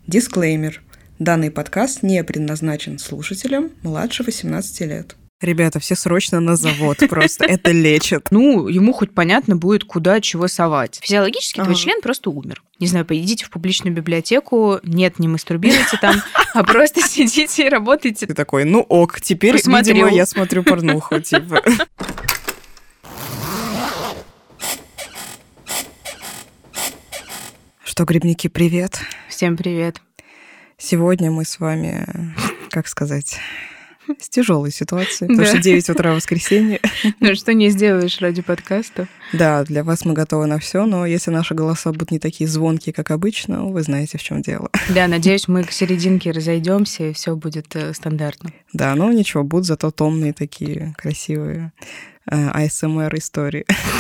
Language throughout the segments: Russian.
Дисклеймер. Данный подкаст не предназначен слушателям младше 18 лет. Ребята, все срочно на завод, просто это лечит. Ну, ему хоть понятно будет, куда чего совать. Физиологически твой член просто умер. Не знаю, поедите в публичную библиотеку, нет, не мастурбируйте там, а просто сидите и работайте. Ты такой, ну ок, теперь, видимо, я смотрю порнуху, типа. Что, грибники, привет. Всем привет. Сегодня мы с вами, как сказать, с тяжелой ситуацией, потому что 9 утра воскресенье. Ну что не сделаешь ради подкаста. Да, для вас мы готовы на все, но если наши голоса будут не такие звонкие, как обычно, вы знаете, в чем дело. Да, надеюсь, мы к серединке разойдемся, и все будет стандартно. Да, ну ничего, будут зато томные такие красивые ASMR-истории.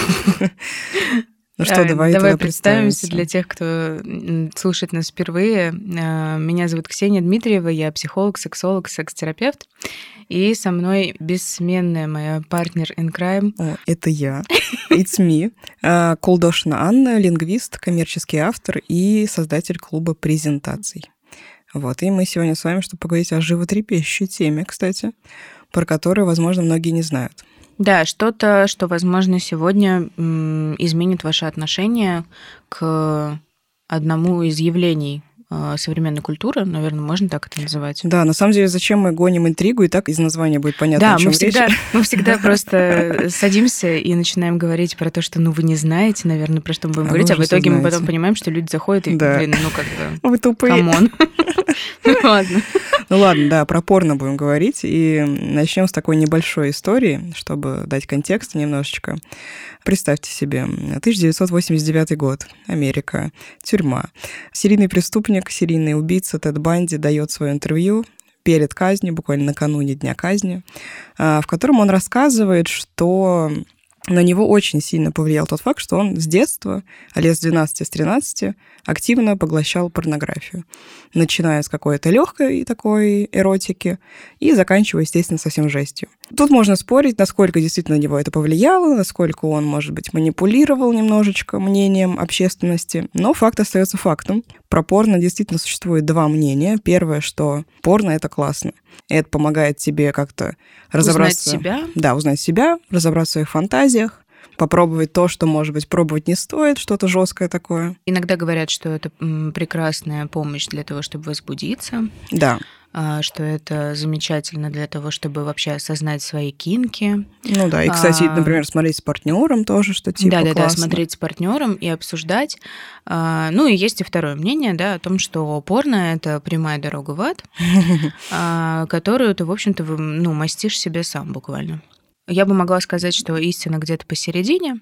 Ну что, давай представимся для тех, кто слушает нас впервые. Меня зовут Ксения Дмитриева, я психолог, сексолог, секс-терапевт. И со мной бессменная моя партнер in crime. Это я. It's me. Колдошина Анна, лингвист, коммерческий автор и создатель клуба презентаций. Вот, и мы сегодня с вами, чтобы поговорить о животрепещущей теме, кстати, про которую, возможно, многие не знают. Да, что-то, что, возможно, сегодня изменит ваше отношение к одному из явлений современной культуры, наверное, можно так это называть. Да, на самом деле, зачем мы гоним интригу, и так из названия будет понятно, о чем речь. Да, мы всегда просто садимся и начинаем говорить про то, что, вы не знаете, наверное, про что мы будем говорить, а в итоге мы потом понимаем, что люди заходят и, вы тупые. Камон. Ладно. Ну ладно, да, про порно будем говорить, и начнем с такой небольшой истории, чтобы дать контекст немножечко. Представьте себе, 1989 год, Америка, тюрьма. Серийный преступник, серийный убийца Тед Банди дает свое интервью перед казнью, буквально накануне дня казни, в котором он рассказывает, что на него очень сильно повлиял тот факт, что он с детства, лет с 12, с 13, активно поглощал порнографию. Начиная с какой-то легкой такой эротики и заканчивая, естественно, совсем жестью. Тут можно спорить, насколько действительно на него это повлияло, насколько он, может быть, манипулировал немножечко мнением общественности, но факт остается фактом. Про порно действительно существует два мнения. Первое, что порно — это классно. И это помогает тебе как-то разобраться... Узнать себя? Да, узнать себя, разобраться в своих фантазиях, попробовать то, что, может быть, пробовать не стоит, что-то жесткое такое. Иногда говорят, что это прекрасная помощь для того, чтобы возбудиться. Да. Что это замечательно для того, чтобы вообще осознать свои кинки. Ну да, и, кстати, например, смотреть с партнером тоже, что типа классно. Да, смотреть с партнером и обсуждать. Ну и есть и второе мнение, да, о том, что порно — это прямая дорога в ад, которую ты, в общем-то, мастишь себе сам буквально. Я бы могла сказать, что истина где-то посередине,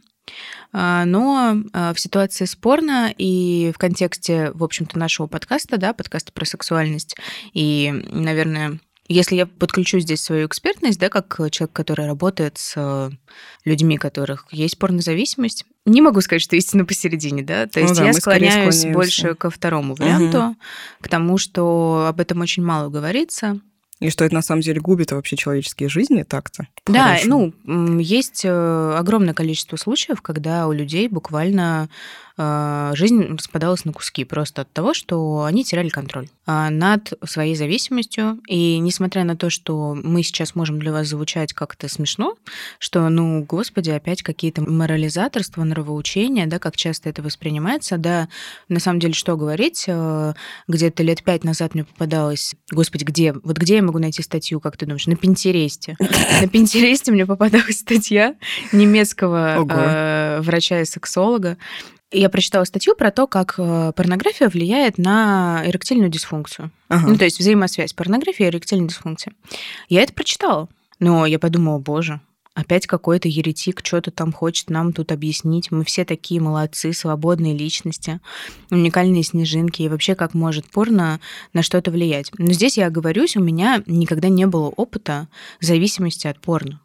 но в ситуации с порно и в контексте, в общем-то, нашего подкаста, да, подкаста про сексуальность, и, наверное, если я подключу здесь свою экспертность, да, как человек, который работает с людьми, у которых есть порнозависимость, не могу сказать, что истина посередине, да, то есть я склоняюсь больше ко второму варианту, к тому, что об этом очень мало говорится. И что это на самом деле губит вообще человеческие жизни так-то? Да, есть огромное количество случаев, когда у людей буквально жизнь распадалась на куски просто от того, что они теряли контроль над своей зависимостью. И несмотря на то, что мы сейчас можем для вас звучать как-то смешно, что, господи, опять какие-то морализаторства, нравоучения, да, как часто это воспринимается, да, на самом деле, что говорить, где-то лет 5 назад мне попадалось, господи, где я могу найти статью, как ты думаешь? На Пинтересте. На Пинтересте мне попадалась статья немецкого врача и сексолога. Я прочитала статью про то, как порнография влияет на эректильную дисфункцию. То есть взаимосвязь порнографии и эректильной дисфункции. Я это прочитала, но я подумала, боже, опять какой-то еретик что-то там хочет нам тут объяснить. Мы все такие молодцы, свободные личности, уникальные снежинки. И вообще, как может порно на что-то влиять? Но здесь я оговорюсь, у меня никогда не было опыта зависимости от порно.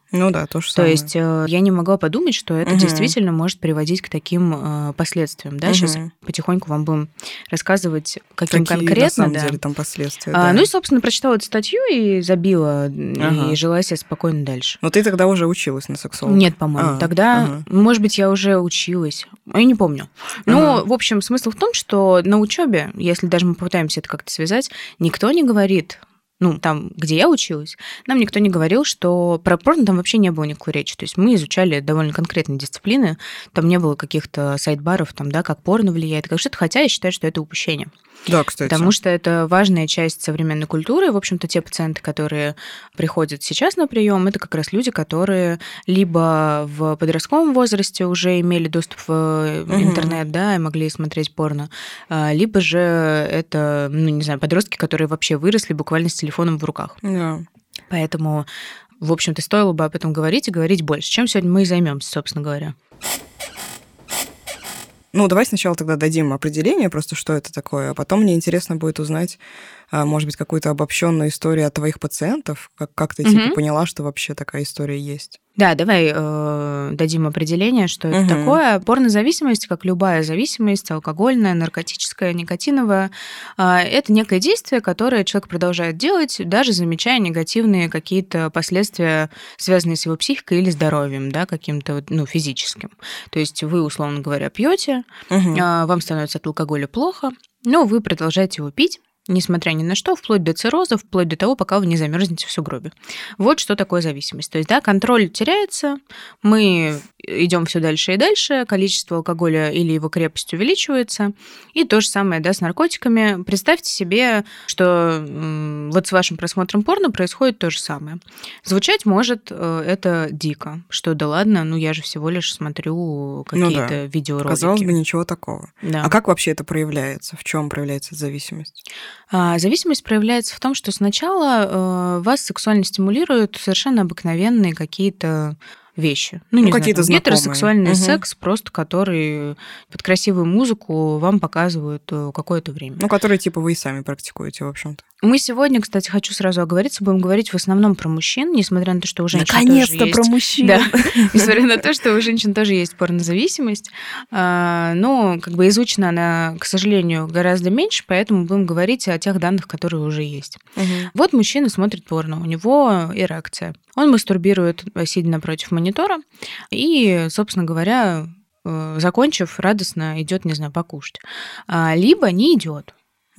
Ну да, то же То самое. есть я не могла подумать, что это действительно может приводить к таким последствиям. Да? Сейчас потихоньку вам будем рассказывать, каким Какие конкретно. на самом деле там последствия, да. Ну и, собственно, прочитала эту статью и забила, и жила себе спокойно дальше. Но ты тогда уже училась на сексолога? Нет, по-моему. Тогда, может быть, я уже училась. Я не помню. Ну, в общем, смысл в том, что на учебе, если даже мы попытаемся это как-то связать, никто не говорит, ну, там, где я училась, нам никто не говорил, что про порно там вообще не было никакой речи. То есть мы изучали довольно конкретные дисциплины, там не было каких-то сайт-баров, там, да, как порно влияет, как что-то, хотя я считаю, что это упущение. Да, кстати. Потому что это важная часть современной культуры. В общем-то, те пациенты, которые приходят сейчас на прием, это как раз люди, которые либо в подростковом возрасте уже имели доступ в интернет, да, и могли смотреть порно, либо же это, ну, не знаю, подростки, которые вообще выросли буквально с телефоном в руках. Да. Поэтому, в общем-то, стоило бы об этом говорить и говорить больше. Чем сегодня мы и займемся, собственно говоря. Ну, давай сначала тогда дадим определение, просто что это такое, а потом мне интересно будет узнать, может быть, какую-то обобщенную историю от твоих пациентов, как ты типа поняла, что вообще такая история есть. Да, давай дадим определение, что это такое. Порнозависимость, как любая зависимость, алкогольная, наркотическая, никотиновая, это некое действие, которое человек продолжает делать, даже замечая негативные какие-то последствия, связанные с его психикой или здоровьем, да, каким-то, ну, физическим. То есть вы, условно говоря, пьете, вам становится от алкоголя плохо, но вы продолжаете его пить, несмотря ни на что, вплоть до цирроза, вплоть до того, пока вы не замерзнете в сугробе. Вот что такое зависимость. То есть, да, контроль теряется, мы идем все дальше и дальше, количество алкоголя или его крепость увеличивается, и то же самое, да, с наркотиками. Представьте себе, что вот с вашим просмотром порно происходит то же самое. Звучать может это дико, что да ладно, ну я же всего лишь смотрю какие-то видеоролики. Казалось бы, ничего такого. Да. А как вообще это проявляется? В чем проявляется зависимость? Зависимость проявляется в том, что сначала вас сексуально стимулируют совершенно обыкновенные какие-то вещи. Ну, не какие-то знаю, знакомые. гетеросексуальный секс, просто который под красивую музыку вам показывают какое-то время. Ну, которые типа вы и сами практикуете, в общем-то. Мы сегодня, кстати, хочу сразу оговориться, будем говорить в основном про мужчин, несмотря на то, что у женщин наконец-то тоже есть... про мужчин! Да, несмотря на то, что у женщин тоже есть порнозависимость. Но как бы изучена она, к сожалению, гораздо меньше, поэтому будем говорить о тех данных, которые уже есть. Вот мужчина смотрит порно, у него эрекция. Он мастурбирует, сидя напротив монитора, и, собственно говоря, закончив, радостно идет, не знаю, покушать. Либо не идет.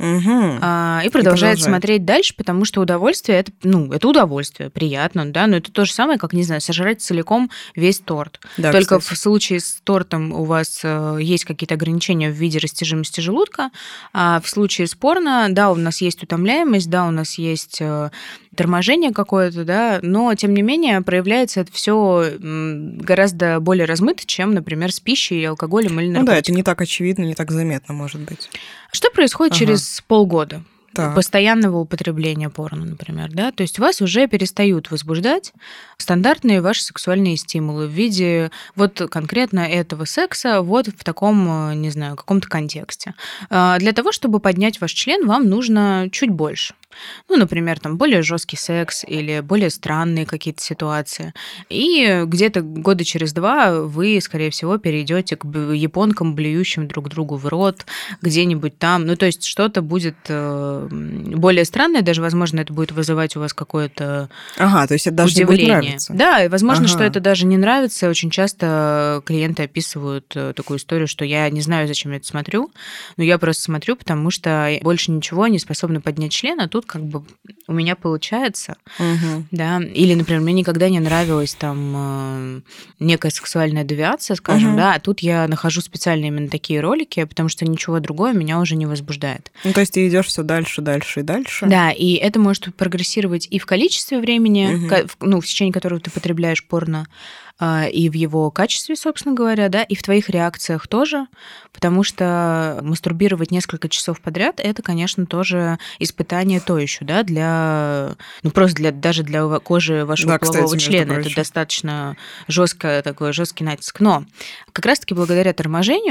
И продолжает смотреть дальше, потому что удовольствие это, ну, это удовольствие, приятно, да, но это то же самое, как, не знаю, сожрать целиком весь торт. Да, только кстати. В случае с тортом у вас есть какие-то ограничения в виде растяжимости желудка, а в случае с порно, да, у нас есть утомляемость, да, у нас есть торможение какое-то, да, но, тем не менее, проявляется это все гораздо более размыто, чем, например, с пищей, алкоголем или наркотиками. Ну да, это не так очевидно, не так заметно, может быть. Что происходит через полгода? Так. Постоянного употребления порно, например, да, то есть вас уже перестают возбуждать стандартные ваши сексуальные стимулы в виде вот конкретно этого секса вот в таком, не знаю, каком-то контексте. Для того, чтобы поднять ваш член, вам нужно чуть больше. Ну, например, там более жесткий секс или более странные какие-то ситуации. И где-то года через 2 вы, скорее всего, перейдете к японкам, блюющим друг другу в рот, где-нибудь там. Ну, то есть что-то будет более странное, даже, возможно, это будет вызывать у вас какое-то то есть это даже удивление. не будет нравиться. Да, и возможно, что это даже не нравится. Очень часто клиенты описывают такую историю, что я не знаю, зачем я это смотрю, но я просто смотрю, потому что больше ничего не способна поднять член, а тут как бы у меня получается. Да. Или, например, мне никогда не нравилась там некая сексуальная девиация, скажем, да, а тут я нахожу специально именно такие ролики, потому что ничего другое меня уже не возбуждает. Ну, то есть ты идешь все дальше, дальше и дальше. Да, и это может прогрессировать и в количестве времени, ну, в течение которого ты потребляешь порно, и в его качестве, собственно говоря, да, и в твоих реакциях тоже, потому что мастурбировать несколько часов подряд, это, конечно, тоже испытание то еще, да, для, ну, просто даже для кожи вашего полового члена. Это достаточно жесткий натиск. Но как раз-таки благодаря торможению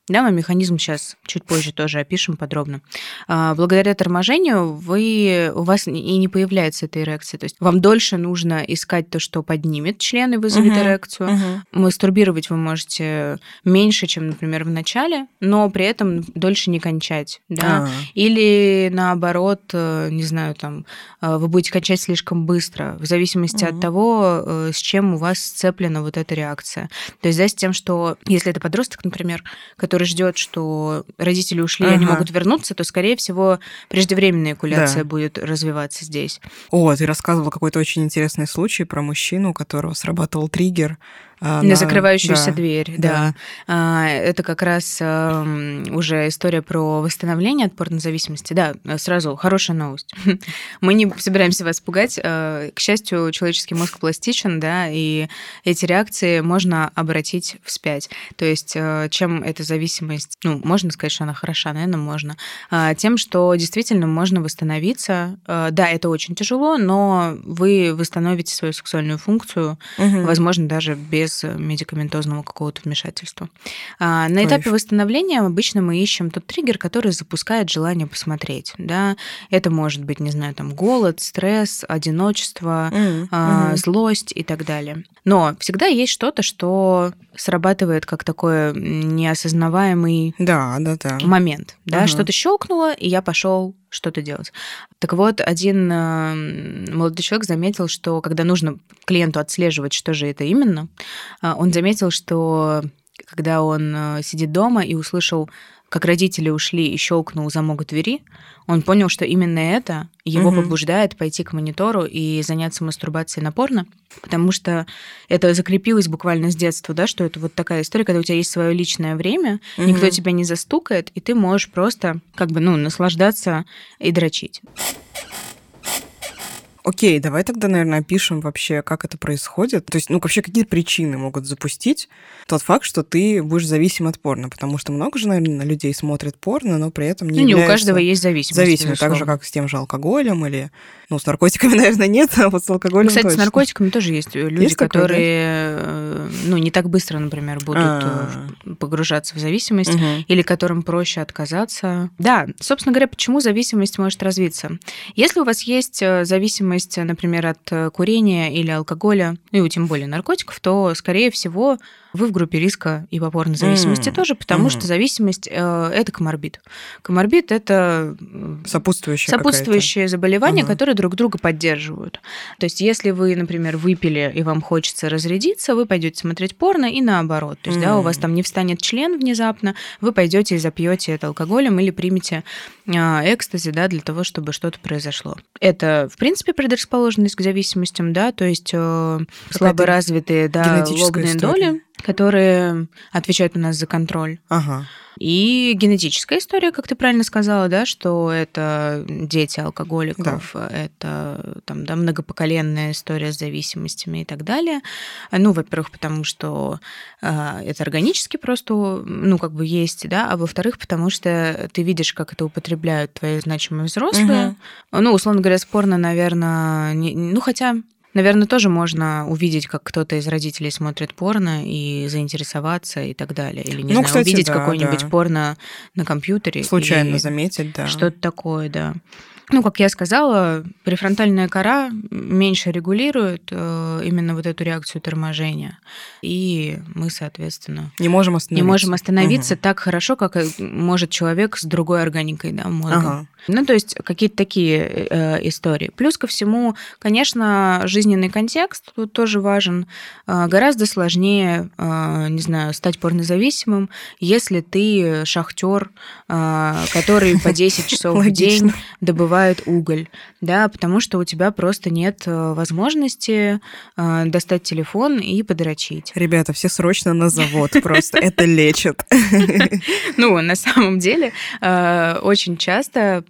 Да, мы механизм сейчас чуть позже тоже опишем подробно. Благодаря торможению у вас и не появляется эта эрекция. То есть вам дольше нужно искать то, что поднимет член и вызовет эрекцию. Мастурбировать вы можете меньше, чем, например, в начале, но при этом дольше не кончать. Да? Или наоборот, не знаю, там, вы будете кончать слишком быстро, в зависимости от того, с чем у вас сцеплена вот эта реакция. То есть, да, с тем, что если это подросток, например, который ждет, что родители ушли, и они могут вернуться, то, скорее всего, преждевременная экуляция будет развиваться здесь. О, ты рассказывала какой-то очень интересный случай про мужчину, у которого сработал триггер. На закрывающуюся дверь, да. Это как раз уже история про восстановление от порнозависимости. Да, сразу хорошая новость. Мы не собираемся вас пугать. К счастью, человеческий мозг пластичен, да, и эти реакции можно обратить вспять. То есть чем эта зависимость, можно сказать, что она хороша, наверное, можно, тем, что действительно можно восстановиться. Да, это очень тяжело, но вы восстановите свою сексуальную функцию, возможно, даже без медикаментозного какого-то вмешательства. На этапе восстановления обычно мы ищем тот триггер, который запускает желание посмотреть. Да? Это может быть, не знаю, там голод, стресс, одиночество, злость и так далее. Но всегда есть что-то, что срабатывает как такой неосознаваемый момент. Да? Что-то щелкнуло, и я пошел что-то делать. Так вот, один молодой человек заметил, что когда нужно клиенту отслеживать, что же это именно, он заметил, что когда он сидит дома и услышал, как родители ушли и щелкнул замок двери, он понял, что именно это его побуждает пойти к монитору и заняться мастурбацией на порно, потому что это закрепилось буквально с детства, да, что это вот такая история, когда у тебя есть свое личное время, никто тебя не застукает, и ты можешь просто наслаждаться и дрочить. Окей, давай тогда, наверное, опишем вообще, как это происходит. То есть, вообще, какие причины могут запустить тот факт, что ты будешь зависим от порно? Потому что много же, наверное, людей смотрят порно, но при этом не являются... у каждого есть зависимость. Так же, как с тем же алкоголем или... с наркотиками, наверное, нет, а вот с алкоголем кстати, точно. С наркотиками тоже есть люди, есть которые не так быстро, например, будут погружаться в зависимость, или которым проще отказаться. Да, собственно говоря, почему зависимость может развиться? Если у вас есть зависимость, например, от курения или алкоголя, и тем более наркотиков, то, скорее всего, вы в группе риска и по порнозависимости тоже, потому что зависимость – это коморбид. Коморбид – это сопутствующее заболевание, которые друг друга поддерживают. То есть если вы, например, выпили и вам хочется разрядиться, вы пойдете смотреть порно и наоборот. То есть у вас там не встанет член внезапно, вы пойдете и запьете это алкоголем или примете экстази, да, для того, чтобы что-то произошло. Это, в принципе, предрасположенность к зависимостям, да, то есть слабо развитые лобные доли, которые отвечают у нас за контроль. И генетическая история, как ты правильно сказала, да, что это дети алкоголиков, это многопоколенная история с зависимостями и так далее. Во-первых, потому что это органически просто, есть, да, а во-вторых, потому что ты видишь, как это употребляют твои значимые взрослые. Условно говоря, спорно, наверное, наверное, тоже можно увидеть, как кто-то из родителей смотрит порно и заинтересоваться и так далее. Или, не знаю, кстати, увидеть какое-нибудь порно на компьютере. Случайно заметить, да. Что-то такое, да. Как я сказала, префронтальная кора меньше регулирует именно вот эту реакцию торможения. И мы, соответственно, не можем остановиться так хорошо, как может человек с другой органикой, да, мозга. То есть какие-то такие истории. Плюс ко всему, конечно, жизненный контекст тут тоже важен. Гораздо сложнее, не знаю, стать порнозависимым, если ты шахтер, который по 10 часов в день добывает уголь, да, потому что у тебя просто нет возможности достать телефон и подрочить. Ребята, все срочно на завод, просто это лечит. На самом деле, очень часто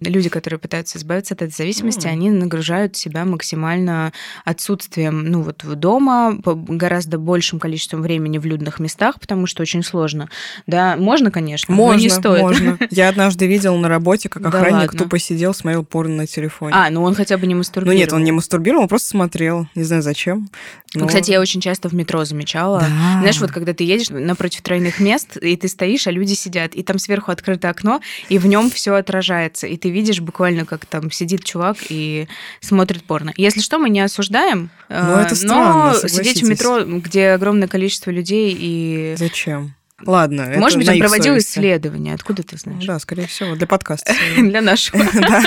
люди, которые пытаются избавиться от этой зависимости, они нагружают себя максимально отсутствием, дома, гораздо большим количеством времени в людных местах, потому что очень сложно. Да, можно, конечно, но не стоит. Можно. Я однажды видела на работе, как охранник тупо сидел, смотрел порно на телефоне. Он хотя бы не мастурбировал. Нет, он не мастурбировал, он просто смотрел. Не знаю, зачем. Кстати, я очень часто в метро замечала. Да. Знаешь, вот когда ты едешь напротив тройных мест, и ты стоишь, а люди сидят, и там сверху открыто окно, и в нем все отражается. И ты видишь буквально, как там сидит чувак и смотрит порно. Если что, мы не осуждаем, это странно, но сидеть в метро, где огромное количество людей и... Зачем? Ладно, Может быть, он проводил совести. исследования. Откуда ты знаешь? Да, скорее всего, для подкаста. Для нашего.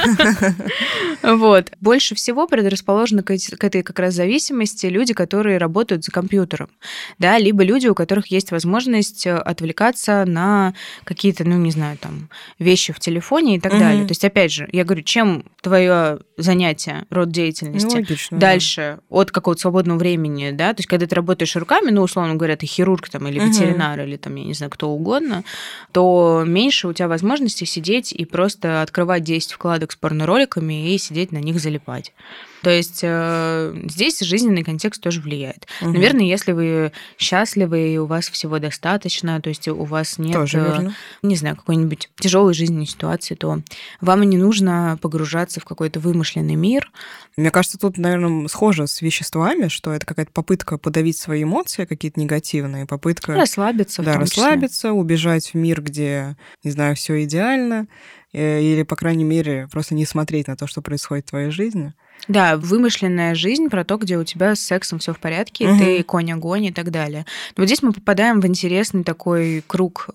Вот. Больше всего предрасположены к этой как раз зависимости люди, которые работают за компьютером, да, либо люди, у которых есть возможность отвлекаться на какие-то, вещи в телефоне и так далее. То есть, опять же, я говорю, чем твое занятие, род деятельности логично, дальше от какого-то свободного времени, да, то есть, когда ты работаешь руками, условно говоря, ты хирург там, или ветеринар, или там, я не знаю, кто угодно, то меньше у тебя возможности сидеть и просто открывать 10 вкладок с порнороликами и сидеть на них залипать. То есть здесь жизненный контекст тоже влияет. Наверное, если вы счастливы и у вас всего достаточно, то есть у вас нет, не знаю, какой-нибудь тяжелой жизненной ситуации, то вам и не нужно погружаться в какой-то вымышленный мир. Мне кажется, тут, наверное, схоже с веществами, что это какая-то попытка подавить свои эмоции какие-то негативные, попытка... Расслабиться. Да, расслабиться, убежать в мир, где, не знаю, все идеально, или, по крайней мере, просто не смотреть на то, что происходит в твоей жизни. Да, вымышленная жизнь про то, где у тебя с сексом все в порядке, ты конь-огонь и так далее. Но вот здесь мы попадаем в интересный такой круг,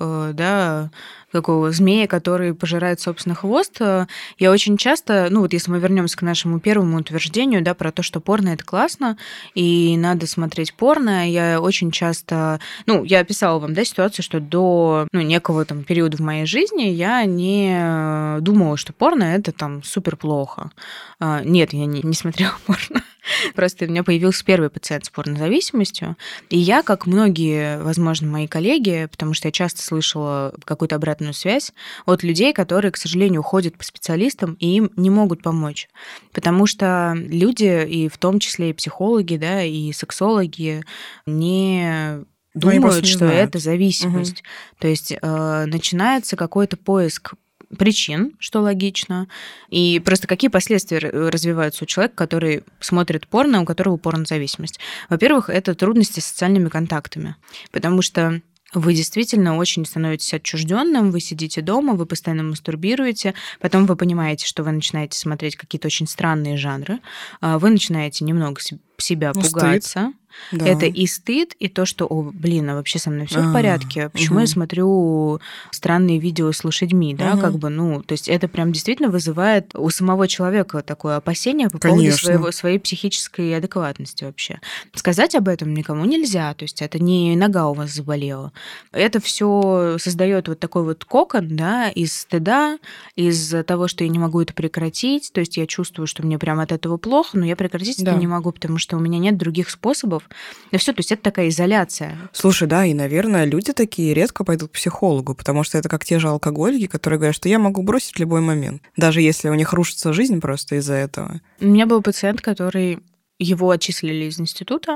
такого змея, который пожирает собственный хвост. Я очень часто, если мы вернемся к нашему первому утверждению, да, про то, что порно — это классно, и надо смотреть порно, я очень часто... я описала вам, да, ситуацию, что до некого там периода в моей жизни я не думала, что порно — это там супер плохо. Нет, я не смотрела порно. Просто у меня появился первый пациент с порнозависимостью, и я, как многие, возможно, мои коллеги, потому что я часто слышала какую-то обратную связь от людей, которые, к сожалению, ходят по специалистам и им не могут помочь. Потому что люди, и в том числе и психологи, да, и сексологи, не думают, что это зависимость. То есть начинается какой-то поиск причин, что логично, и просто какие последствия развиваются у человека, который смотрит порно, у которого порнозависимость. Во-первых, это трудности с социальными контактами, потому что вы действительно очень становитесь отчужденным, вы сидите дома, вы постоянно мастурбируете, потом вы понимаете, что вы начинаете смотреть какие-то очень странные жанры, вы начинаете немного себя пугаться. Стыд. Да. Это и стыд, и то, что, а вообще со мной все в порядке. Почему я смотрю странные видео с лошадьми, да, то есть это прям действительно вызывает у самого человека такое опасение по поводу своей психической адекватности вообще. Сказать об этом никому нельзя, то есть это не нога у вас заболела. Это все создает вот такой вот кокон, да, из стыда, из того, что я не могу это прекратить, то есть я чувствую, что мне прям от этого плохо, но я прекратить это не могу, потому что у меня нет других способов. Да все, то есть это такая изоляция. Слушай, да, и, наверное, люди такие редко пойдут к психологу, потому что это как те же алкоголики, которые говорят, что я могу бросить в любой момент, даже если у них рушится жизнь просто из-за этого. У меня был пациент, который... Его отчислили из института,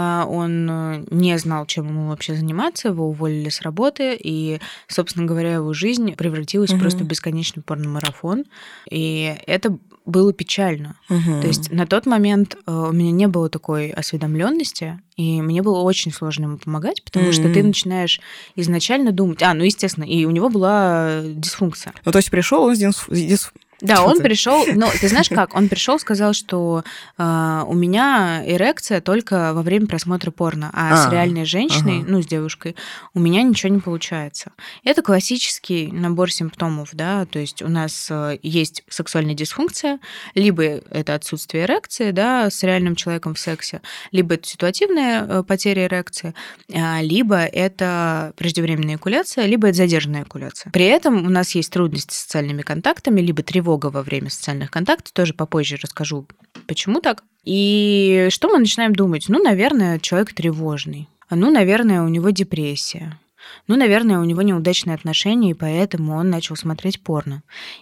он не знал, чем ему вообще заниматься, его уволили с работы, и, собственно говоря, его жизнь превратилась просто в бесконечный порномарафон, и это было печально. То есть на тот момент у меня не было такой осведомленности, и мне было очень сложно ему помогать, потому что ты начинаешь изначально думать... естественно, и у него была дисфункция. То есть пришел он Да, он пришел, но ты знаешь как? Он пришел, сказал, что у меня эрекция только во время просмотра порно, а с реальной женщиной, с девушкой, у меня ничего не получается. Это классический набор симптомов, да, то есть у нас есть сексуальная дисфункция, либо это отсутствие эрекции, да, с реальным человеком в сексе, либо это ситуативная потеря эрекции, либо это преждевременная экуляция, либо это задержанная экуляция. При этом у нас есть трудности с социальными контактами, либо тревога во время социальных контактов, тоже попозже расскажу, почему так. И что мы начинаем думать? Наверное, человек тревожный. Наверное, у него депрессия. Ну, наверное, у него неудачные отношения, и поэтому он начал смотреть порно.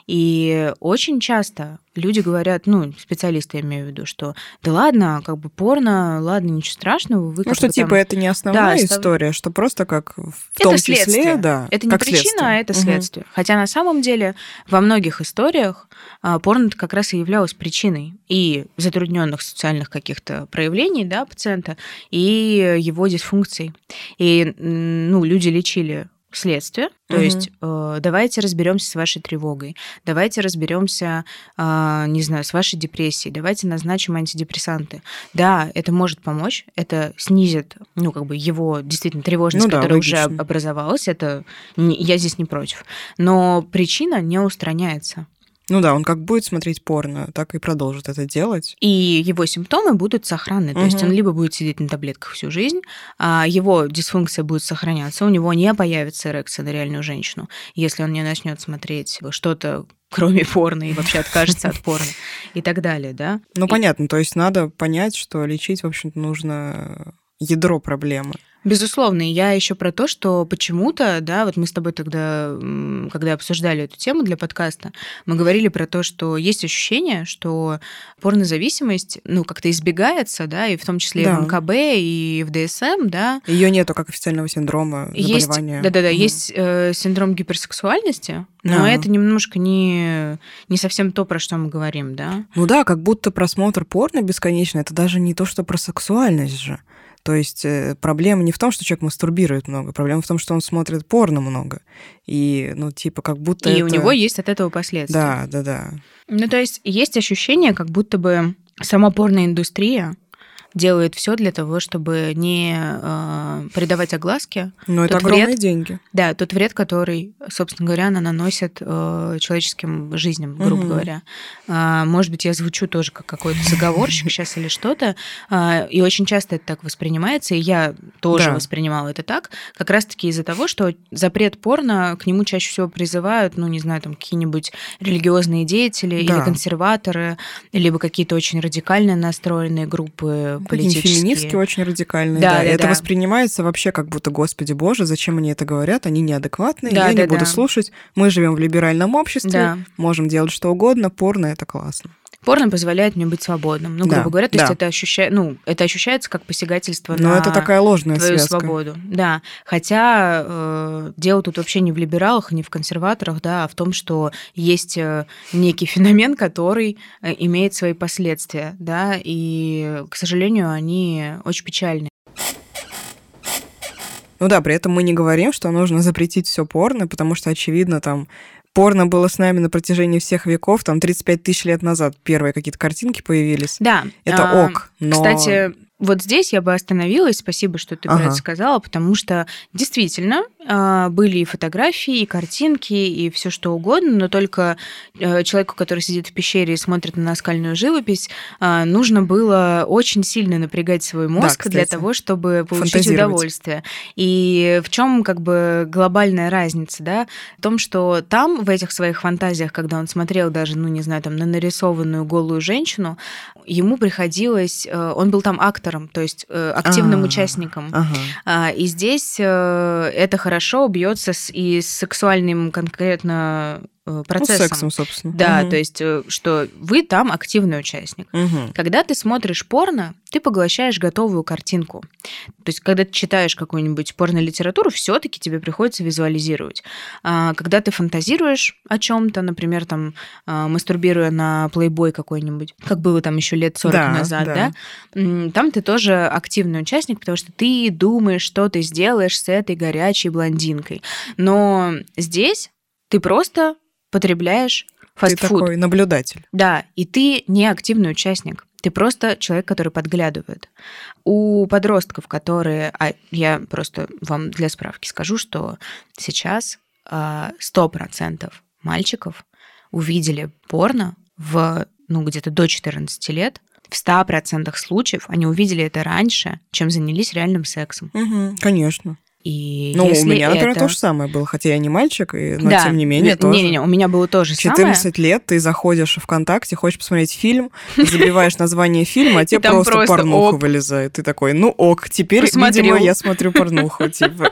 И очень часто люди говорят, ну, специалисты, я имею в виду, что да ладно, как бы порно, ладно, ничего страшного. Вы ну, что типа там... это не основная история, что просто как в том числе, да. Это не причина, следствие. А это следствие. Хотя на самом деле во многих историях порно как раз и являлось причиной и затрудненных социальных каких-то проявлений, да, пациента, и его дисфункций. И, ну, люди лечили следствие, то есть давайте разберемся с вашей тревогой, давайте разберемся, не знаю, с вашей депрессией, давайте назначим антидепрессанты. Да, это может помочь, это снизит, ну, как бы его действительно тревожность, которая уже образовалась, это я здесь не против. Но причина не устраняется. Ну да, он как будет смотреть порно, так и продолжит это делать. И его симптомы будут сохранны. То есть он либо будет сидеть на таблетках всю жизнь, а его дисфункция будет сохраняться, у него не появится эрекция на реальную женщину, если он не начнет смотреть что-то кроме порно и вообще откажется от порно и так далее, да? Ну, понятно, то есть надо понять, что лечить, в общем-то, нужно ядро проблемы. Безусловно, и я еще про то, что почему-то, да, вот мы с тобой тогда, когда обсуждали эту тему для подкаста, мы говорили про то, что есть ощущение, что порнозависимость, ну, как-то избегается, да, и в том числе и в МКБ, и в ДСМ, да. Ее нету как официального синдрома, заболевания. Да-да-да, есть синдром гиперсексуальности, но это немножко не совсем то, про что мы говорим, да. Ну да, как будто просмотр порно бесконечно, это даже не то, что про сексуальность же. То есть проблема не в том, что человек мастурбирует много, проблема в том, что он смотрит порно много. И, ну, типа, как будто и у него есть от этого последствия. Да. Ну, то есть есть ощущение, как будто бы сама порноиндустрия делает все для того, чтобы не придавать огласке. Но это огромные деньги. Да, тот вред, который, собственно говоря, она наносит человеческим жизням, грубо говоря. Может быть, я звучу тоже как какой-то заговорщик сейчас или что-то, и очень часто это так воспринимается, и я тоже воспринимала это так, как раз-таки из-за того, что запрет порно, к нему чаще всего призывают, ну, не знаю, там, какие-нибудь религиозные деятели или консерваторы, либо какие-то очень радикально настроенные группы политические. Феминистки очень радикальные, да. Это воспринимается вообще как будто, господи боже, зачем они это говорят, они неадекватные, я не буду слушать. Мы живем в либеральном обществе, можем делать что угодно, порно — это классно. Порно позволяет мне быть свободным. Ну, грубо говоря, то есть это ощущается как посягательство но на это такая ложная твою связка. свободу. Да. Хотя дело тут вообще не в либералах, не в консерваторах, да, а в том, что есть некий феномен, который имеет свои последствия, да, и, к сожалению, они очень печальны. Ну да, при этом мы не говорим, что нужно запретить все порно, потому что, очевидно, там порно было с нами на протяжении всех веков, там 35 тысяч лет назад первые какие-то картинки появились. Да. Это ок, но... Кстати, вот здесь я бы остановилась, спасибо, что ты про это сказала, потому что действительно были и фотографии, и картинки, и все что угодно, но только человеку, который сидит в пещере и смотрит на наскальную живопись, нужно было очень сильно напрягать свой мозг для того, чтобы получить удовольствие. И в чем как бы глобальная разница, да? В том, что там, в этих своих фантазиях, когда он смотрел даже, ну, не знаю, там, на нарисованную голую женщину, ему приходилось... Он был там актором, то есть активным участником. И здесь это хорошо бьется и с сексуальным конкретно процессом. Ну, сексом, собственно. Да, то есть, что вы там активный участник. Когда ты смотришь порно, ты поглощаешь готовую картинку. То есть, когда ты читаешь какую-нибудь порнолитературу, все-таки тебе приходится визуализировать. Когда ты фантазируешь о чем-то, например, там, мастурбируя на Playboy какой-нибудь, как было там еще лет 40 назад, да, там ты тоже активный участник, потому что ты думаешь, что ты сделаешь с этой горячей блондинкой. Но здесь ты просто потребляешь фастфуд. Ты такой наблюдатель. Да, и ты не активный участник. Ты просто человек, который подглядывает. У подростков, которые... я просто вам для справки скажу, что сейчас 100% мальчиков увидели порно где-то до 14 лет. В 100% случаев они увидели это раньше, чем занялись реальным сексом. Конечно. И Ну, если у меня, например, это... то же самое было, хотя я не мальчик, но Да. тем не менее тоже. Не-не-не, у меня было то же 14 лет ты заходишь в ВКонтакте, хочешь посмотреть фильм, забиваешь название фильма, а тебе там просто просто порнуха оп. вылезает. Ты такой, ну ок, теперь, Посмотрю. видимо, я смотрю порнуху. Типа.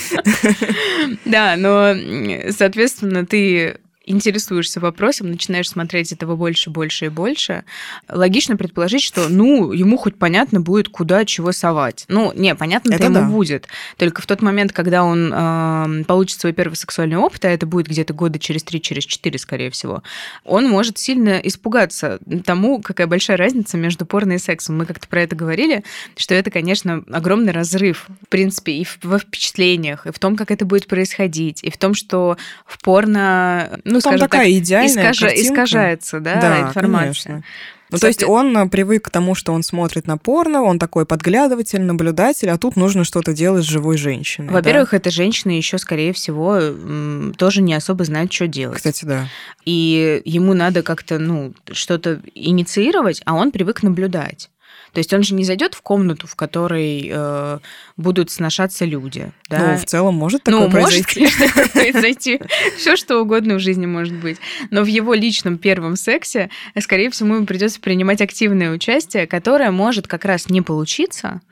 Да, но, соответственно, ты интересуешься вопросом, начинаешь смотреть этого больше, больше и больше, логично предположить, что, ему хоть понятно будет, куда чего совать. Понятно-то ему будет. Только в тот момент, когда он получит свой первый сексуальный опыт, а это будет где-то года через 3, через 4, скорее всего, он может сильно испугаться тому, какая большая разница между порно и сексом. Мы как-то про это говорили, что это, конечно, огромный разрыв, в принципе, и во впечатлениях, и в том, как это будет происходить, и в том, что в порно... Там такая идеальная картинка. Искажается, информация. Конечно. То есть он привык к тому, что он смотрит на порно, он такой подглядыватель, наблюдатель, а тут нужно что-то делать с живой женщиной. Во-первых, эта женщина еще, скорее всего, тоже не особо знает, что делать. Кстати, да. И ему надо как-то, что-то инициировать, а он привык наблюдать. То есть он же не зайдет в комнату, в которой будут сношаться люди. Да? В целом может такое произойти. Может, конечно, произойти. Все, что угодно в жизни может быть. Но в его личном первом сексе, скорее всего, ему придется принимать активное участие, которое может как раз не получиться,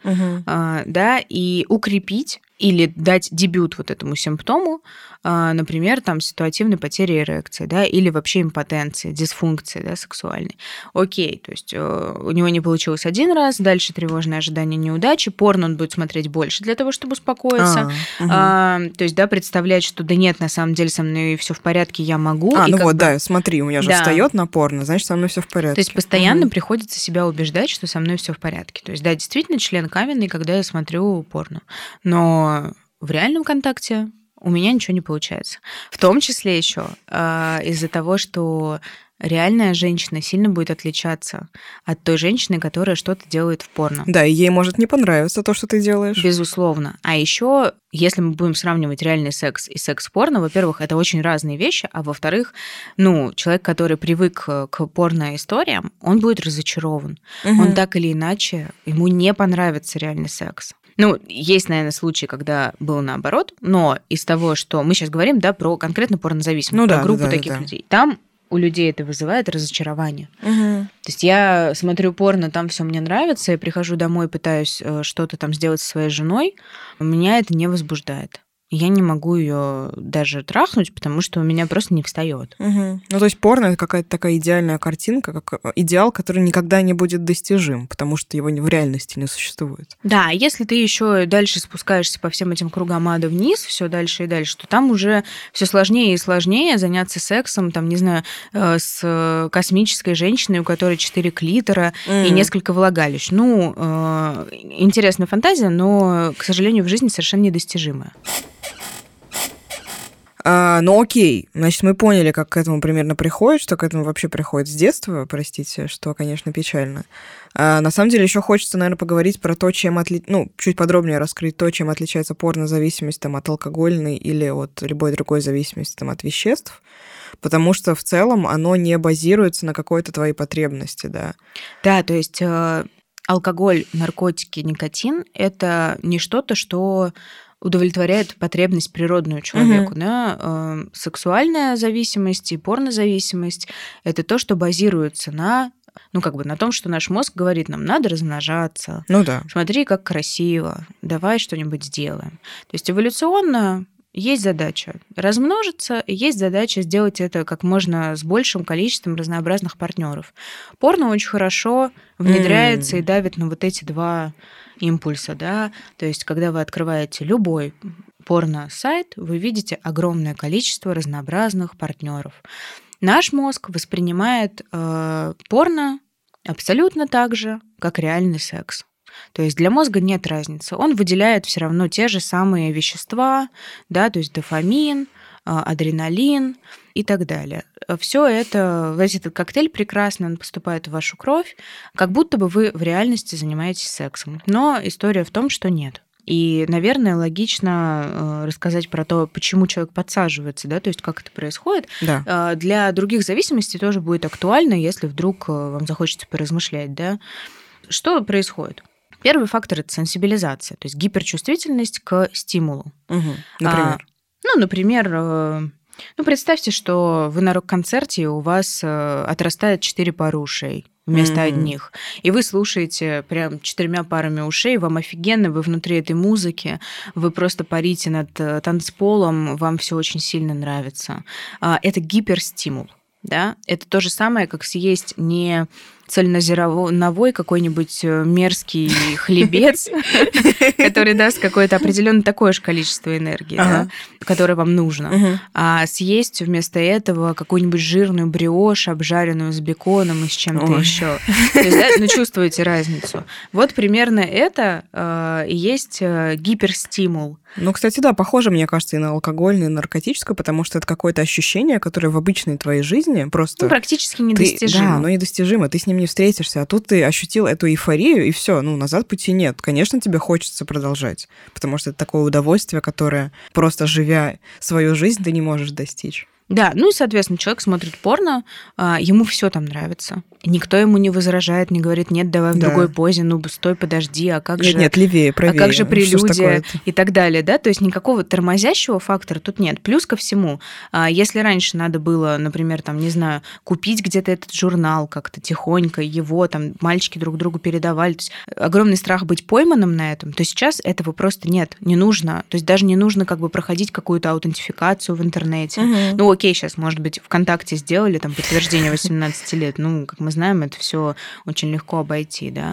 и укрепить или дать дебют вот этому симптому, например, там, ситуативной потери эрекции, или вообще импотенции, дисфункции, сексуальной. Окей, то есть у него не получилось один раз, дальше тревожное ожидание неудачи, порно он будет смотреть больше для того, чтобы успокоиться. То есть, представлять, что да нет, на самом деле со мной все в порядке, я могу. Смотри, у меня же встает на порно, значит, со мной все в порядке. То есть постоянно приходится себя убеждать, что со мной все в порядке. То есть, да, действительно, член каменный, когда я смотрю порно. Но в реальном контакте у меня ничего не получается. В том числе еще из-за того, что реальная женщина сильно будет отличаться от той женщины, которая что-то делает в порно. Да, и ей может не понравиться то, что ты делаешь. Безусловно. А еще, если мы будем сравнивать реальный секс и секс-порно, во-первых, это очень разные вещи, а во-вторых, человек, который привык к порно-историям, он будет разочарован. Он так или иначе, ему не понравится реальный секс. Есть, наверное, случаи, когда было наоборот, но из того, что мы сейчас говорим, про конкретно порнозависимых, про группу таких людей, там у людей это вызывает разочарование. То есть я смотрю порно, там все мне нравится, я прихожу домой, пытаюсь что-то там сделать со своей женой, меня это не возбуждает. Я не могу ее даже трахнуть, потому что у меня просто не встает. То есть порно — это какая-то такая идеальная картинка, как идеал, который никогда не будет достижим, потому что его в реальности не существует. Да, если ты еще дальше спускаешься по всем этим кругам ада вниз, все дальше и дальше, то там уже все сложнее и сложнее заняться сексом, там, не знаю, с космической женщиной, у которой 4 клитора и несколько влагалищ. Интересная фантазия, но, к сожалению, в жизни совершенно недостижимая. Окей, значит, мы поняли, как к этому примерно приходит, что к этому вообще приходит с детства, простите, что, конечно, печально. На самом деле еще хочется, наверное, поговорить про то, чем чуть подробнее раскрыть то, чем отличается порнозависимость от алкогольной или от любой другой зависимости от веществ, потому что в целом оно не базируется на какой-то твоей потребности, да. Да, то есть алкоголь, наркотики, никотин – это не что-то, что удовлетворяет потребность природную человеку. Сексуальная зависимость и порнозависимость – это то, что базируется на том, что наш мозг говорит нам, надо размножаться, смотри, как красиво, давай что-нибудь сделаем. То есть эволюционно есть задача размножиться, и есть задача сделать это как можно с большим количеством разнообразных партнеров. Порно очень хорошо внедряется и давит на вот эти два импульса, да, то есть когда вы открываете любой порно-сайт, вы видите огромное количество разнообразных партнеров. Наш мозг воспринимает порно абсолютно так же, как реальный секс. То есть для мозга нет разницы. Он выделяет все равно те же самые вещества, да, то есть дофамин, адреналин и так далее. Все это, весь этот коктейль прекрасный, он поступает в вашу кровь, как будто бы вы в реальности занимаетесь сексом. Но история в том, что нет. И, наверное, логично рассказать про то, почему человек подсаживается, да, то есть как это происходит. Да. Для других зависимостей тоже будет актуально, если вдруг вам захочется поразмышлять, да. Что происходит? Первый фактор – это сенсибилизация, то есть гиперчувствительность к стимулу. Например? Например, представьте, что вы на рок-концерте, и у вас отрастает 4 пары ушей вместо одних. И вы слушаете прям 4 парами ушей, вам офигенно, вы внутри этой музыки, вы просто парите над танцполом, вам все очень сильно нравится. Это гиперстимул. Да? Это то же самое, как съесть не цельнозерновой какой-нибудь мерзкий хлебец, который даст какое-то определенное такое же количество энергии, которое вам нужно, а съесть вместо этого какую-нибудь жирную бриошь, обжаренную с беконом и с чем-то еще. То есть, чувствуете разницу. Вот примерно это и есть гиперстимул. Кстати, да, похоже, мне кажется, и на алкогольное, и на наркотическое, потому что это какое-то ощущение, которое в обычной твоей жизни просто... практически недостижимо. Да, оно недостижимо, ты с ним не встретишься, а тут ты ощутил эту эйфорию, и все, назад пути нет. Конечно, тебе хочется продолжать, потому что это такое удовольствие, которое просто живя свою жизнь, ты не можешь достичь. Да, и, соответственно, человек смотрит порно, ему все там нравится. Никто ему не возражает, не говорит, нет, давай в другой позе, стой, подожди, а как же... Нет, левее, правее. А как же прелюдия и так далее, да? То есть никакого тормозящего фактора тут нет. Плюс ко всему, если раньше надо было, например, купить где-то этот журнал как-то тихонько, его мальчики друг другу передавали, то есть огромный страх быть пойманным на этом, то сейчас этого просто нет, не нужно. То есть даже не нужно проходить какую-то аутентификацию в интернете. Окей, сейчас, может быть, ВКонтакте сделали подтверждение 18 лет, как мы знаем, это все очень легко обойти, да.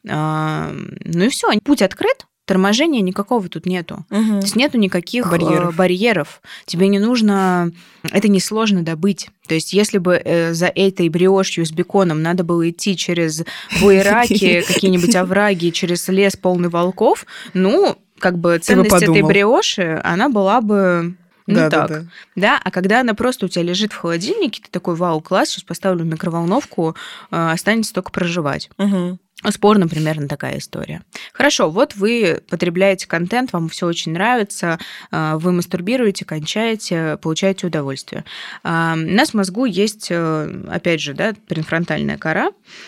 И все, путь открыт, торможения никакого тут нету. То есть нету никаких барьеров. Тебе не нужно... Это несложно добыть. То есть если бы за этой бриошью с беконом надо было идти через буераки, какие-нибудь овраги, через лес полный волков, ценность этой бриоши, она была бы... Да. А когда она просто у тебя лежит в холодильнике, ты такой, вау, класс, сейчас поставлю в микроволновку, останется только проживать. Спорно примерно такая история. Хорошо, вот вы потребляете контент, вам все очень нравится, вы мастурбируете, кончаете, получаете удовольствие. У нас в мозгу есть, опять же, префронтальная кора,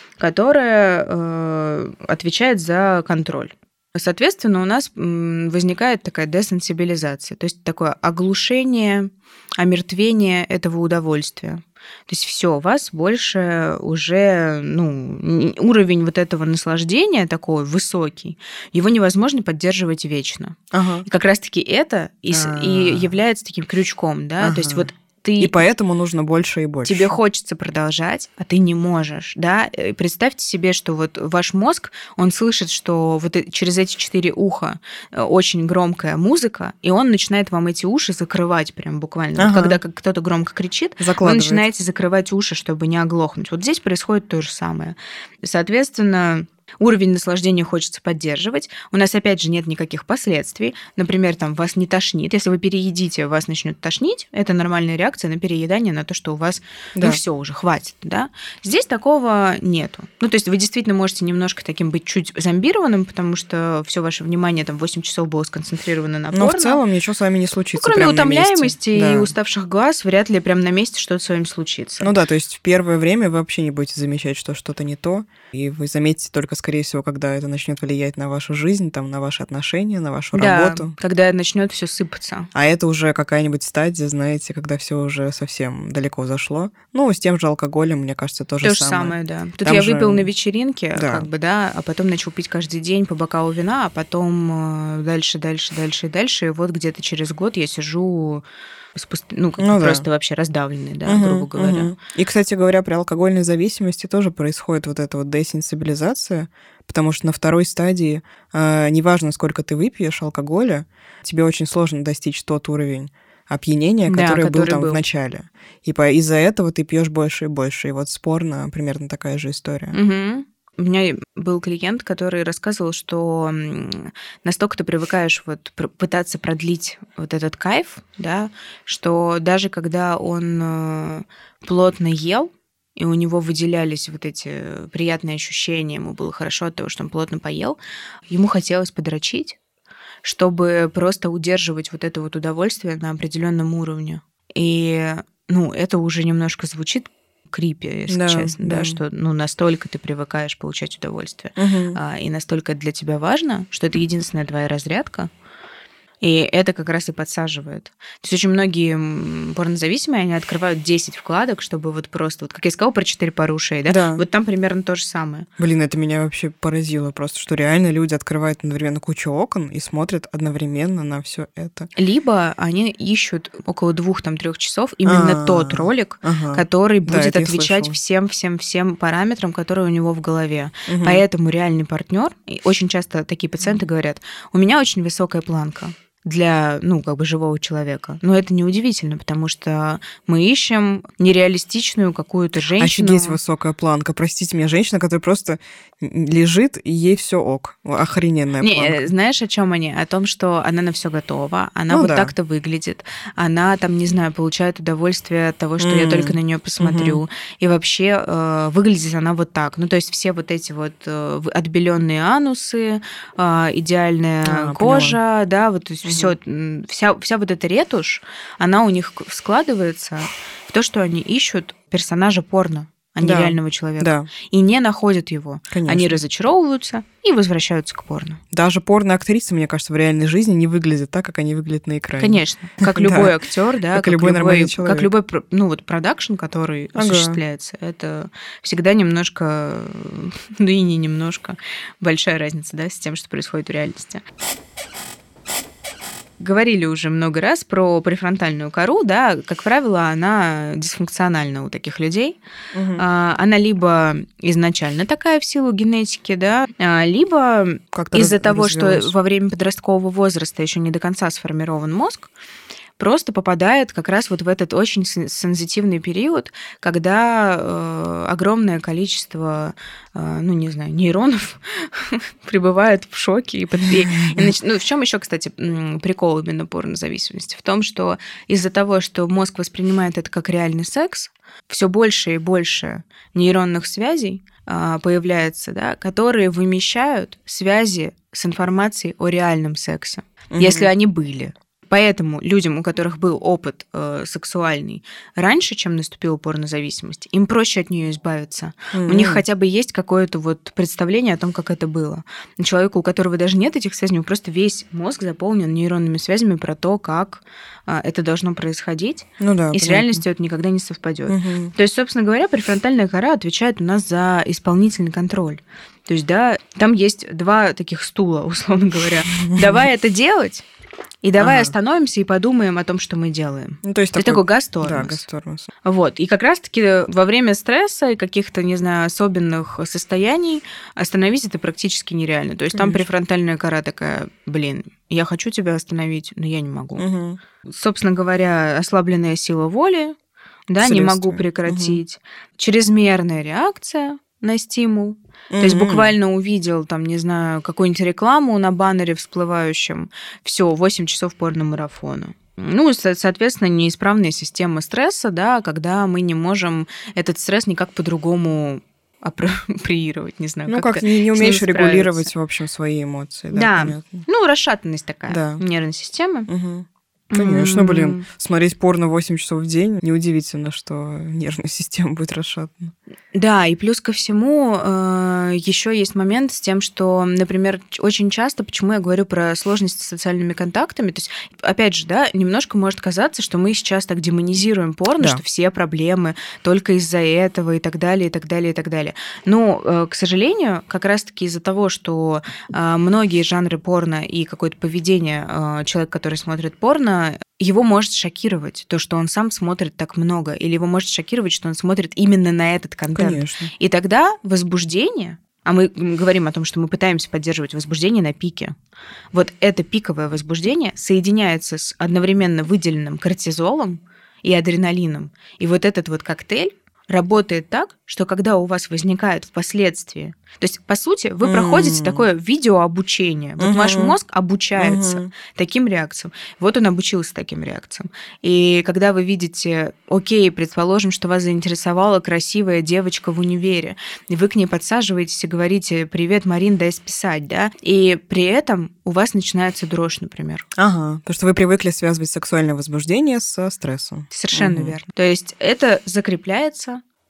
которая отвечает за контроль. Соответственно, у нас возникает такая десенсибилизация, то есть такое оглушение, омертвение этого удовольствия. То есть все, у вас больше уже уровень вот этого наслаждения такой высокий, его невозможно поддерживать вечно. И как раз-таки это и является таким крючком, да, то есть вот и поэтому нужно больше и больше. Тебе хочется продолжать, а ты не можешь, да? И представьте себе, что вот ваш мозг, он слышит, что вот через эти 4 уха очень громкая музыка, и он начинает вам эти уши закрывать прям буквально. Когда кто-то громко кричит, вы начинаете закрывать уши, чтобы не оглохнуть. Вот здесь происходит то же самое. Соответственно, уровень наслаждения хочется поддерживать. У нас, опять же, нет никаких последствий. Например, вас не тошнит. Если вы переедите, вас начнет тошнить. Это нормальная реакция на переедание, на то, что у вас, все уже, хватит, да. Здесь такого нету. То есть вы действительно можете немножко таким быть чуть зомбированным, потому что все ваше внимание 8 часов было сконцентрировано на порно. Но в целом ничего с вами не случится. Кроме утомляемости и уставших глаз, вряд ли прям на месте что-то с вами случится. То есть в первое время вы вообще не будете замечать, что что-то не то, и вы заметите только, скорее всего, когда это начнет влиять на вашу жизнь, на ваши отношения, на вашу работу. Когда начнет все сыпаться. А это уже какая-нибудь стадия, знаете, когда все уже совсем далеко зашло. С тем же алкоголем, мне кажется, то же самое. Да. Тут я выпил на вечеринке, а потом начал пить каждый день по бокалу вина, а потом дальше. И вот где-то через год я сижу просто вообще раздавленный, грубо говоря. И, кстати говоря, при алкогольной зависимости тоже происходит вот эта вот десенсибилизация, потому что на второй стадии, неважно, сколько ты выпьешь алкоголя, тебе очень сложно достичь тот уровень опьянения, который был в начале. И из-за этого ты пьешь больше и больше. И вот спорно примерно такая же история. У меня был клиент, который рассказывал, что настолько ты привыкаешь пытаться продлить вот этот кайф, да, что даже когда он плотно ел, и у него выделялись вот эти приятные ощущения, ему было хорошо от того, что он плотно поел, ему хотелось подрочить, чтобы просто удерживать вот это вот удовольствие на определенном уровне. И, это уже немножко звучит крипи, если честно, да, что настолько ты привыкаешь получать удовольствие, и настолько для тебя важно, что это единственная твоя разрядка, и это как раз и подсаживает. То есть очень многие порнозависимые, они открывают 10 вкладок, чтобы вот просто, вот как я сказала про 4 пары ушей, да? Вот там примерно то же самое. Блин, это меня вообще поразило просто, что реально люди открывают одновременно кучу окон и смотрят одновременно на все это. Либо они ищут около 2-3 часов именно тот ролик, который будет отвечать всем параметрам, которые у него в голове. Поэтому реальный партнер, очень часто такие пациенты говорят, у меня очень высокая планка для, живого человека. Но это неудивительно, потому что мы ищем нереалистичную какую-то женщину. Офигеть, высокая планка. Простите меня, женщина, которая просто лежит, и ей все ок. Охрененная планка. Знаешь, о чем они? О том, что она на все готова, она так-то выглядит, она там, не знаю, получает удовольствие от того, что я только на нее посмотрю. И вообще выглядит она вот так. То есть все вот эти вот отбеленные анусы, идеальная кожа, да, вот то есть вся вот эта ретушь, она у них складывается в то, что они ищут персонажа порно, а не реального человека. И не находят его. Конечно. Они разочаровываются и возвращаются к порно. Даже порно-актрисы, мне кажется, в реальной жизни не выглядят так, как они выглядят на экране. Конечно. Как любой актер, да, как любой нормальный человек. Как любой продакшн, который осуществляется. Это всегда немножко, и не немножко, большая разница, да, с тем, что происходит в реальности. Говорили уже много раз про префронтальную кору, да, как правило, она дисфункциональна у таких людей. Она либо изначально такая в силу генетики, да, либо из-за того, что во время подросткового возраста еще не до конца сформирован мозг, просто попадает как раз вот в этот очень сензитивный период, когда огромное количество, нейронов пребывает в шоке. В чем еще, кстати, прикол именно порнозависимости? В том, что из-за того, что мозг воспринимает это как реальный секс, все больше и больше нейронных связей появляется, да, которые вымещают связи с информацией о реальном сексе, если они были. Поэтому людям, у которых был опыт сексуальный раньше, чем наступила порнозависимость, им проще от нее избавиться. У них хотя бы есть какое-то вот представление о том, как это было. Человеку, у которого даже нет этих связей, у него просто весь мозг заполнен нейронными связями про то, как это должно происходить, и с реальностью это никогда не совпадет. То есть, собственно говоря, префронтальная кора отвечает у нас за исполнительный контроль. То есть, да, там есть 2 таких стула, условно говоря. Давай это делать, и давай остановимся и подумаем о том, что мы делаем. То есть такой газ-тормоз. Да, газ-тормоз. Вот. И как раз-таки во время стресса и каких-то, не знаю, особенных состояний остановить это практически нереально. То есть там префронтальная кора такая, блин, я хочу тебя остановить, но я не могу. Собственно говоря, ослабленная сила воли, да, не могу прекратить. Чрезмерная реакция на стимул. То есть буквально увидел, там, не знаю, какую-нибудь рекламу на баннере всплывающем, все, 8 часов порномарафона. Соответственно, неисправная система стресса, да, когда мы не можем этот стресс никак по-другому апроприировать, не знаю. Как не умеешь регулировать, в общем, свои эмоции. Да, понятно. Расшатанность такая нервной системы. Конечно, блин, смотреть порно 8 часов в день, неудивительно, что нервная система будет расшатана. Да, и плюс ко всему еще есть момент с тем, что, например, очень часто, почему я говорю про сложности с социальными контактами, то есть, опять же, да, немножко может казаться, что мы сейчас так демонизируем порно, что все проблемы только из-за этого и так далее, и так далее, и так далее. Но, к сожалению, как раз-таки из-за того, что многие жанры порно и какое-то поведение человека, который смотрит порно, его может шокировать то, что он сам смотрит так много, или его может шокировать, что он смотрит именно на этот контент. Конечно. И тогда возбуждение, а мы говорим о том, что мы пытаемся поддерживать возбуждение на пике, вот это пиковое возбуждение соединяется с одновременно выделенным кортизолом и адреналином. И вот этот вот коктейль работает так, что когда у вас возникает впоследствии... То есть, по сути, вы проходите такое видеообучение. Вот ваш мозг обучается таким реакциям. Вот он обучился таким реакциям. И когда вы видите, окей, предположим, что вас заинтересовала красивая девочка в универе, и вы к ней подсаживаетесь и говорите: «Привет, Марин, дай списать», да? И при этом у вас начинается дрожь, например. Потому что вы привыкли связывать сексуальное возбуждение со стрессом. Совершенно верно. То есть это закрепляется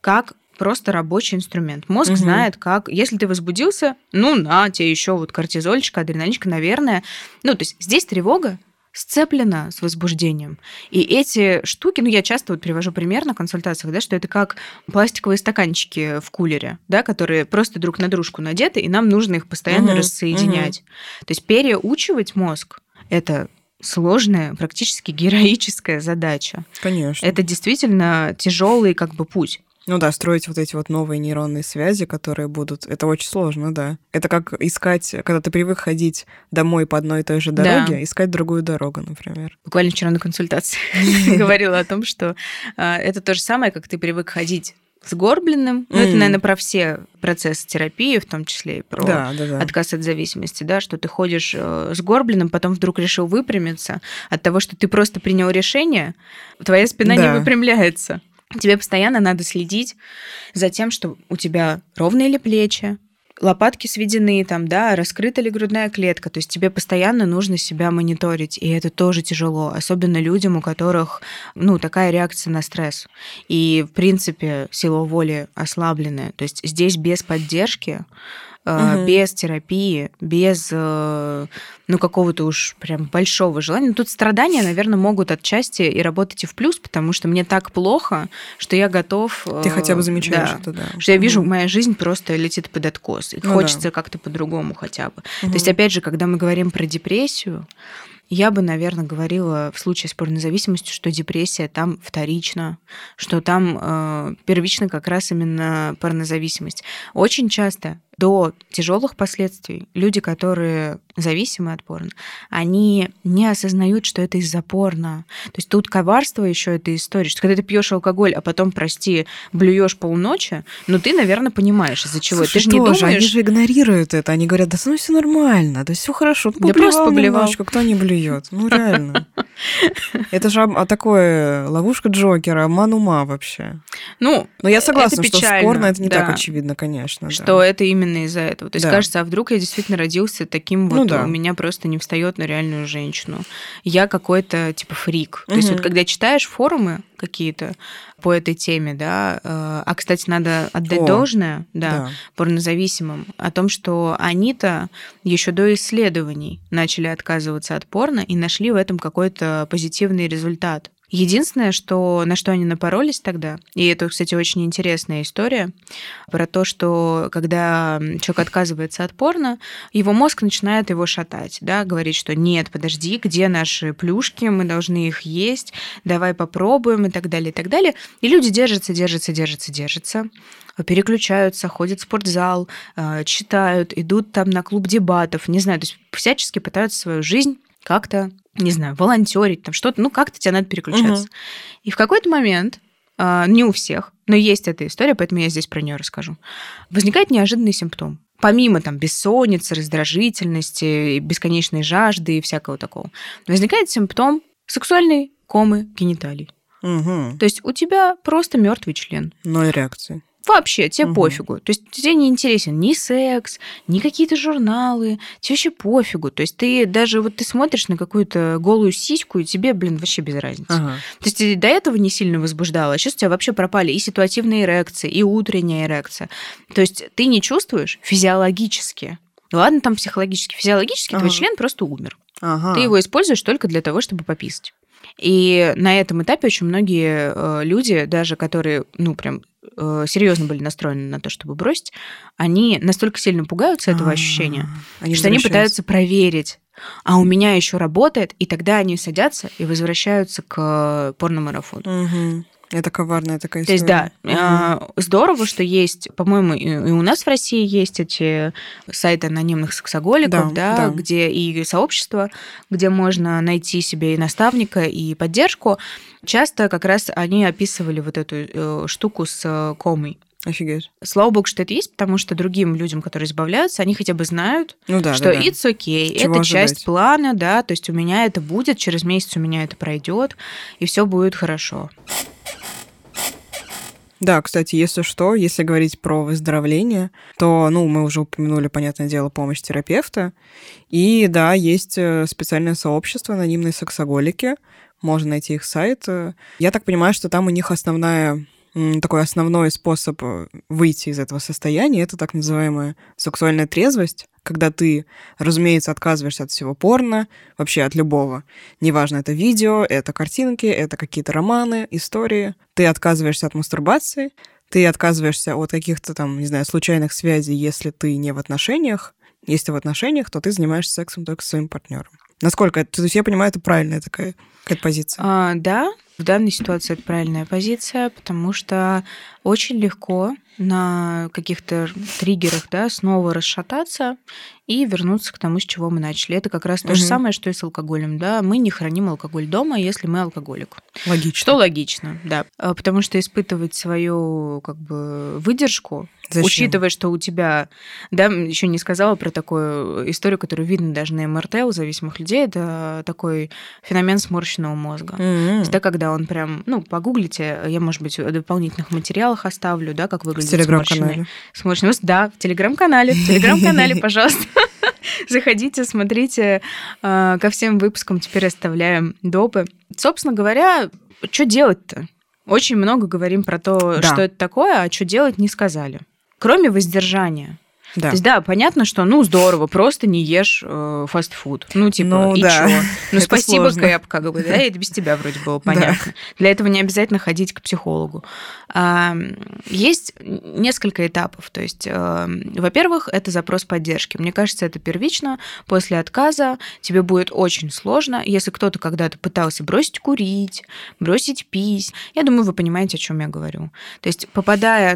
как просто рабочий инструмент. Мозг знает, как... Если ты возбудился, на, тебе еще вот кортизольчика, адреналинчика, наверное. То есть здесь тревога сцеплена с возбуждением. И эти штуки, я часто вот привожу пример на консультациях, да, что это как пластиковые стаканчики в кулере, да, которые просто друг на дружку надеты, и нам нужно их постоянно рассоединять. То есть переучивать мозг – это сложная, практически героическая задача. Конечно. Это действительно тяжелый путь. Строить вот эти вот новые нейронные связи, которые будут... Это очень сложно, да. Это как искать, когда ты привык ходить домой по одной и той же дороге, искать другую дорогу, например. Буквально вчера на консультации говорила о том, что это то же самое, как ты привык ходить сгорбленным. Это, наверное, про все процессы терапии, в том числе и про отказ от зависимости, да, что ты ходишь сгорбленным, потом вдруг решил выпрямиться от того, что ты просто принял решение, твоя спина не выпрямляется. Тебе постоянно надо следить за тем, что у тебя ровные ли плечи, лопатки сведены, раскрыта ли грудная клетка. То есть тебе постоянно нужно себя мониторить, и это тоже тяжело, особенно людям, у которых, такая реакция на стресс. И, в принципе, сила воли ослабленная. То есть здесь без поддержки, без терапии, без какого-то уж прям большого желания. Тут страдания, наверное, могут отчасти и работать и в плюс, потому что мне так плохо, что я готов... Ты хотя бы замечаешь это, да. Что я вижу, моя жизнь просто летит под откос. И хочется как-то по-другому хотя бы. То есть, опять же, когда мы говорим про депрессию, я бы, наверное, говорила в случае с порнозависимостью, что депрессия там вторична, что там первично как раз именно порнозависимость. Очень часто до тяжелых последствий люди, которые зависимы от порно, они не осознают, что это из-за порно. То есть тут коварство еще этой истории, что когда ты пьешь алкоголь, а потом, прости, блюешь полночи, ты, наверное, понимаешь, из-за чего. Слушай, ты же не думаешь... Они же игнорируют это. Они говорят, да все нормально, да все хорошо. Я просто поблевал. Немножечко, кто не блюет? Реально. Это же такое ловушка Джокера, обман ума вообще. Но я согласна, что в порно это не так очевидно, конечно. Что это именно из-за этого. То есть кажется, а вдруг я действительно родился таким вот, у меня просто не встает на реальную женщину. Я какой-то типа фрик. То есть вот когда читаешь форумы какие-то по этой теме, да, а, кстати, надо отдать должное, порнозависимым, о том, что они-то еще до исследований начали отказываться от порно и нашли в этом какой-то позитивный результат. Единственное, на что они напоролись тогда, и это, кстати, очень интересная история, про то, что когда человек отказывается от порно, его мозг начинает его шатать, да, говорить, что нет, подожди, где наши плюшки, мы должны их есть, давай попробуем и так далее, и так далее. И люди держатся, переключаются, ходят в спортзал, читают, идут там на клуб дебатов, не знаю, то есть всячески пытаются свою жизнь как-то, не знаю, волонтерить, там что-то, как-то тебе надо переключаться. И в какой-то момент, не у всех, но есть эта история, поэтому я здесь про нее расскажу, возникает неожиданный симптом. Помимо бессонницы, раздражительности, бесконечной жажды и всякого такого, возникает симптом сексуальной комы гениталий. То есть у тебя просто мертвый член. Ноль реакции. Вообще, тебе пофигу. То есть тебе не интересен ни секс, ни какие-то журналы, тебе вообще пофигу. То есть ты даже ты смотришь на какую-то голую сиську, и тебе, вообще без разницы. То есть ты до этого не сильно возбуждала, а сейчас у тебя вообще пропали и ситуативные эрекции, и утренняя эрекция. То есть ты не чувствуешь физиологически. Ладно, там психологически. Физиологически твой член просто умер. Ты его используешь только для того, чтобы пописать. И на этом этапе очень многие люди, даже которые, прям серьезно были настроены на то, чтобы бросить, они настолько сильно пугаются этого ощущения, что они пытаются проверить, а у меня еще работает, и тогда они садятся и возвращаются к порномарафону. Это коварная такая история. То есть, здорово, что есть, по-моему, и у нас в России есть эти сайты анонимных сексоголиков, где и сообщество, где можно найти себе и наставника, и поддержку. Часто как раз они описывали вот эту штуку с комой. Офигеть. Слава богу, что это есть, потому что другим людям, которые избавляются, они хотя бы знают, что it's okay, это часть плана, то есть у меня это будет, через месяц у меня это пройдет, и все будет хорошо. Да, кстати, если говорить про выздоровление, то, мы уже упомянули, понятное дело, помощь терапевта. И да, есть специальное сообщество анонимные сексоголики. Можно найти их сайт. Я так понимаю, что там у них основная такой основной способ выйти из этого состояния — это так называемая сексуальная трезвость, когда ты, разумеется, отказываешься от всего порно, вообще от любого. Неважно, это видео, это картинки, это какие-то романы, истории. Ты отказываешься от мастурбации, ты отказываешься от каких-то там, не знаю, случайных связей, если ты не в отношениях. Если ты в отношениях, то ты занимаешься сексом только с своим партнером. Насколько это? То есть я понимаю, это правильная такая какая-то позиция. Да, в данной ситуации это правильная позиция, потому что очень легко на каких-то триггерах, да, снова расшататься и вернуться к тому, с чего мы начали. Это как раз то же самое, что и с алкоголем, да. Мы не храним алкоголь дома, если мы алкоголик. Логично. Что логично, да. Потому что испытывать свою как бы выдержку, зачем? Учитывая, что у тебя, да, еще не сказала про такую историю, которую видно даже на МРТ у зависимых людей, это такой феномен сморщенного мозга. То есть, да, когда он прям, погуглите, я, может быть, в дополнительных материалах оставлю, да, как выглядит сморщенный мозг. Да, в Телеграм-канале, пожалуйста. Заходите, смотрите. Ко всем выпускам теперь оставляем допы. Собственно говоря, что делать-то? Очень много говорим про то, что это такое, а что делать не сказали. Кроме воздержания. Да. То есть, да, понятно, что, здорово, просто не ешь фастфуд. И чё? Спасибо, Кэп, как бы, да, это без тебя вроде было понятно. Да. Для этого не обязательно ходить к психологу. Есть несколько этапов. То есть, во-первых, это запрос поддержки. Мне кажется, это первично. После отказа тебе будет очень сложно. Если кто-то когда-то пытался бросить курить, бросить пить, я думаю, вы понимаете, о чем я говорю. То есть, попадая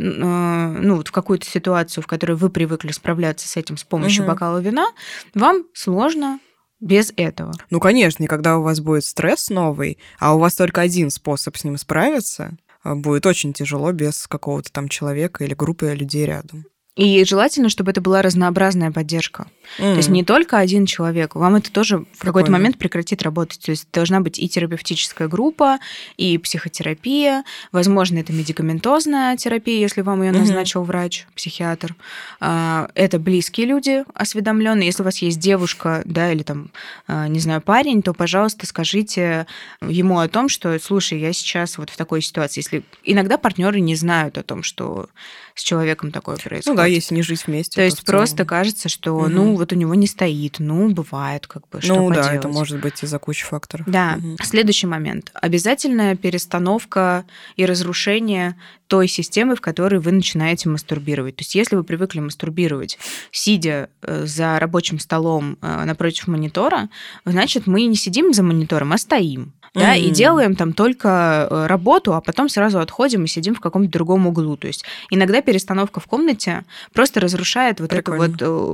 в какую-то ситуацию, в которой вы привыкли справляться с этим с помощью бокала вина, вам сложно без этого. Конечно, и когда у вас будет стресс новый, а у вас только один способ с ним справиться, будет очень тяжело без какого-то там человека или группы людей рядом. И желательно, чтобы это была разнообразная поддержка. То есть не только один человек. Вам это тоже в какой-то момент прекратит работать. То есть должна быть и терапевтическая группа, и психотерапия. Возможно, это медикаментозная терапия, если вам ее назначил врач, психиатр. Это близкие люди, осведомленные. Если у вас есть девушка, да, или там, не знаю, парень, то, пожалуйста, скажите ему о том, что, слушай, я сейчас вот в такой ситуации. Если иногда партнеры не знают о том, что с человеком такое происходит. Если не жить вместе. То есть просто кажется, что, вот у него не стоит, бывает, как бы, что поделать. Это может быть из-за кучи факторов. Да. Следующий момент. Обязательная перестановка и разрушение той системы, в которой вы начинаете мастурбировать. То есть если вы привыкли мастурбировать, сидя за рабочим столом напротив монитора, значит, мы не сидим за монитором, а стоим. Да, и делаем там только работу, а потом сразу отходим и сидим в каком-то другом углу. То есть иногда перестановка в комнате просто разрушает вот эту вот,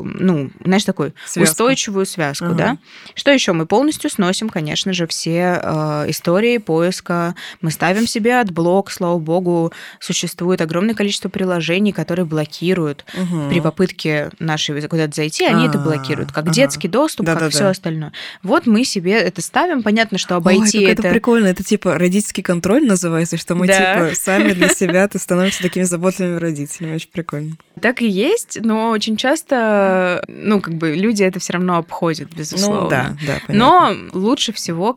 такую устойчивую связку. Да? Что еще? Мы полностью сносим, конечно же, все истории поиска. Мы ставим себе отблок, слава богу, существует огромное количество приложений, которые блокируют при попытке нашей куда-то зайти, они это блокируют, как детский доступ, как все остальное. Вот мы себе это ставим. Понятно, что обойти это прикольно. Это типа родительский контроль называется, что мы типа сами для себя становимся такими заботливыми родителями. Очень прикольно. Так и есть, но очень часто, люди это все равно обходят, безусловно. Да, понятно. Но лучше всего,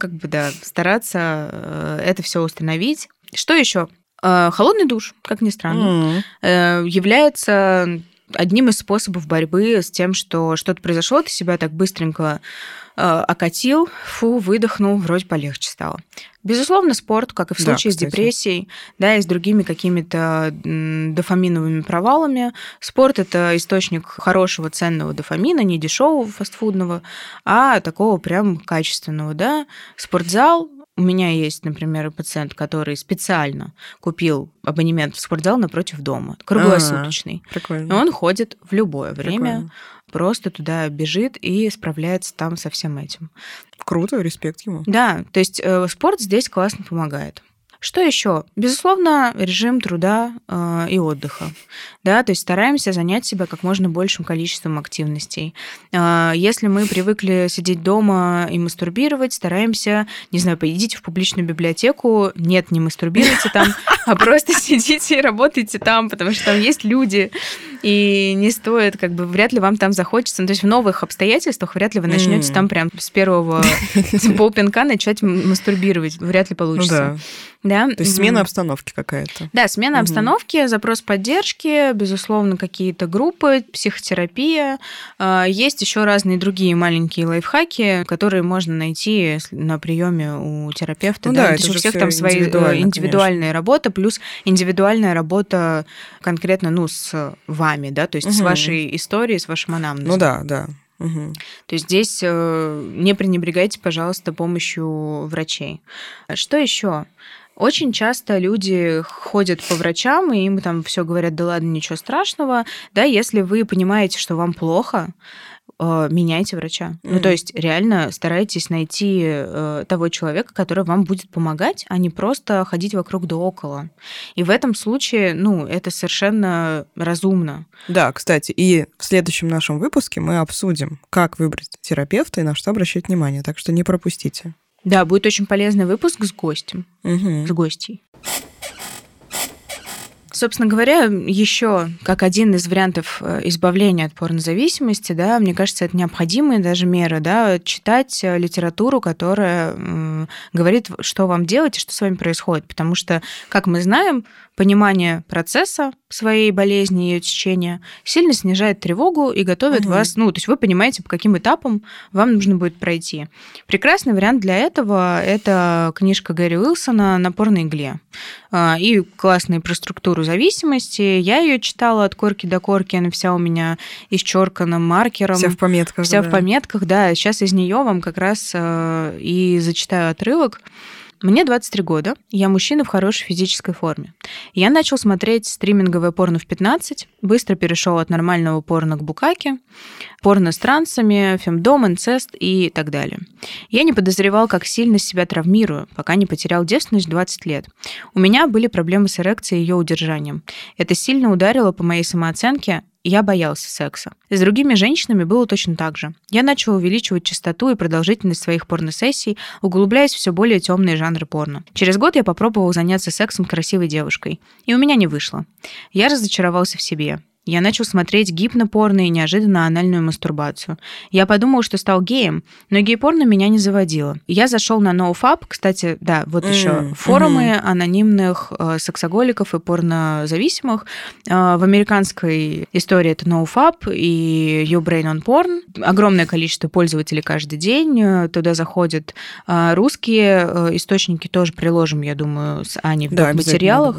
стараться это все установить. Что еще? Холодный душ, как ни странно, является одним из способов борьбы с тем, что что-то произошло, ты себя так быстренько окатил, выдохнул, вроде полегче стало. Безусловно, спорт, как и в случае с депрессией, да, и с другими какими-то дофаминовыми провалами. Спорт – это источник хорошего, ценного дофамина, не дешевого фастфудного, а такого прям качественного, да. Спортзал. У меня есть, например, пациент, который специально купил абонемент в спортзал напротив дома, круглосуточный. Прикольно. И он ходит в любое время, просто туда бежит и справляется там со всем этим. Круто, респект ему. Да, то есть спорт здесь классно помогает. Что еще? Безусловно, режим труда и отдыха. Да, то есть стараемся занять себя как можно большим количеством активностей. Если мы привыкли сидеть дома и мастурбировать, стараемся, не знаю, идите в публичную библиотеку. Нет, не мастурбируйте там, а просто сидите и работайте там, потому что там есть люди. и не стоит, как бы, вряд ли вам там захочется. Ну, то есть в новых обстоятельствах вряд ли вы начнете там прям с первого полпинка начать мастурбировать. Вряд ли получится. Да. То есть смена обстановки какая-то. Да, смена обстановки, запрос поддержки, безусловно, какие-то группы, психотерапия. Есть еще разные другие маленькие лайфхаки, которые можно найти на приеме у терапевта. Да, то есть у всех там свои индивидуальная работа, плюс индивидуальная работа конкретно, с вами, да, то есть с вашей историей, с вашим анамнезом. Да. То есть здесь не пренебрегайте, пожалуйста, помощью врачей. Что еще? Очень часто люди ходят по врачам, и им там все говорят: да ладно, ничего страшного. Да, если вы понимаете, что вам плохо, меняйте врача. Ну, то есть реально старайтесь найти того человека, который вам будет помогать, а не просто ходить вокруг да около. И в этом случае, это совершенно разумно. Да, кстати, и в следующем нашем выпуске мы обсудим, как выбрать терапевта и на что обращать внимание, так что не пропустите. Да, будет очень полезный выпуск с гостем, с гостьей. Собственно говоря, еще как один из вариантов избавления от порнозависимости, да, мне кажется, это необходимая даже мера, да, читать литературу, которая говорит, что вам делать и что с вами происходит. Потому что, как мы знаем, понимание процесса своей болезни, ее течения сильно снижает тревогу и готовит вас, то есть вы понимаете, по каким этапам вам нужно будет пройти. Прекрасный вариант для этого – это книжка Гэри Уилсона «Напор на игле». И классная про структуру зависимости. Я ее читала от корки до корки, она вся у меня исчеркана маркером. Вся в пометках. В пометках, да. Сейчас из нее вам как раз и зачитаю отрывок. Мне 23 года, я мужчина в хорошей физической форме. Я начал смотреть стриминговое порно в 15, быстро перешел от нормального порно к букаке, порно с трансами, фемдом, инцест и так далее. Я не подозревал, как сильно себя травмирую, пока не потерял девственность в 20 лет. У меня были проблемы с эрекцией и ее удержанием. Это сильно ударило по моей самооценке. Я боялся секса. С другими женщинами было точно так же. Я начал увеличивать частоту и продолжительность своих порносессий, углубляясь в все более темные жанры порно. Через год я попробовал заняться сексом с красивой девушкой, и у меня не вышло. Я разочаровался в себе. Я начал смотреть гипнопорно и неожиданно анальную мастурбацию. Я подумал, что стал геем, но гей-порно меня не заводило. Я зашел на NoFap, кстати, да, вот еще форумы анонимных сексоголиков и порнозависимых. В американской истории это NoFap и YouBrain on Porn. Огромное количество пользователей каждый день. Туда заходят русские источники, тоже приложим, я думаю, с Аней в материалах.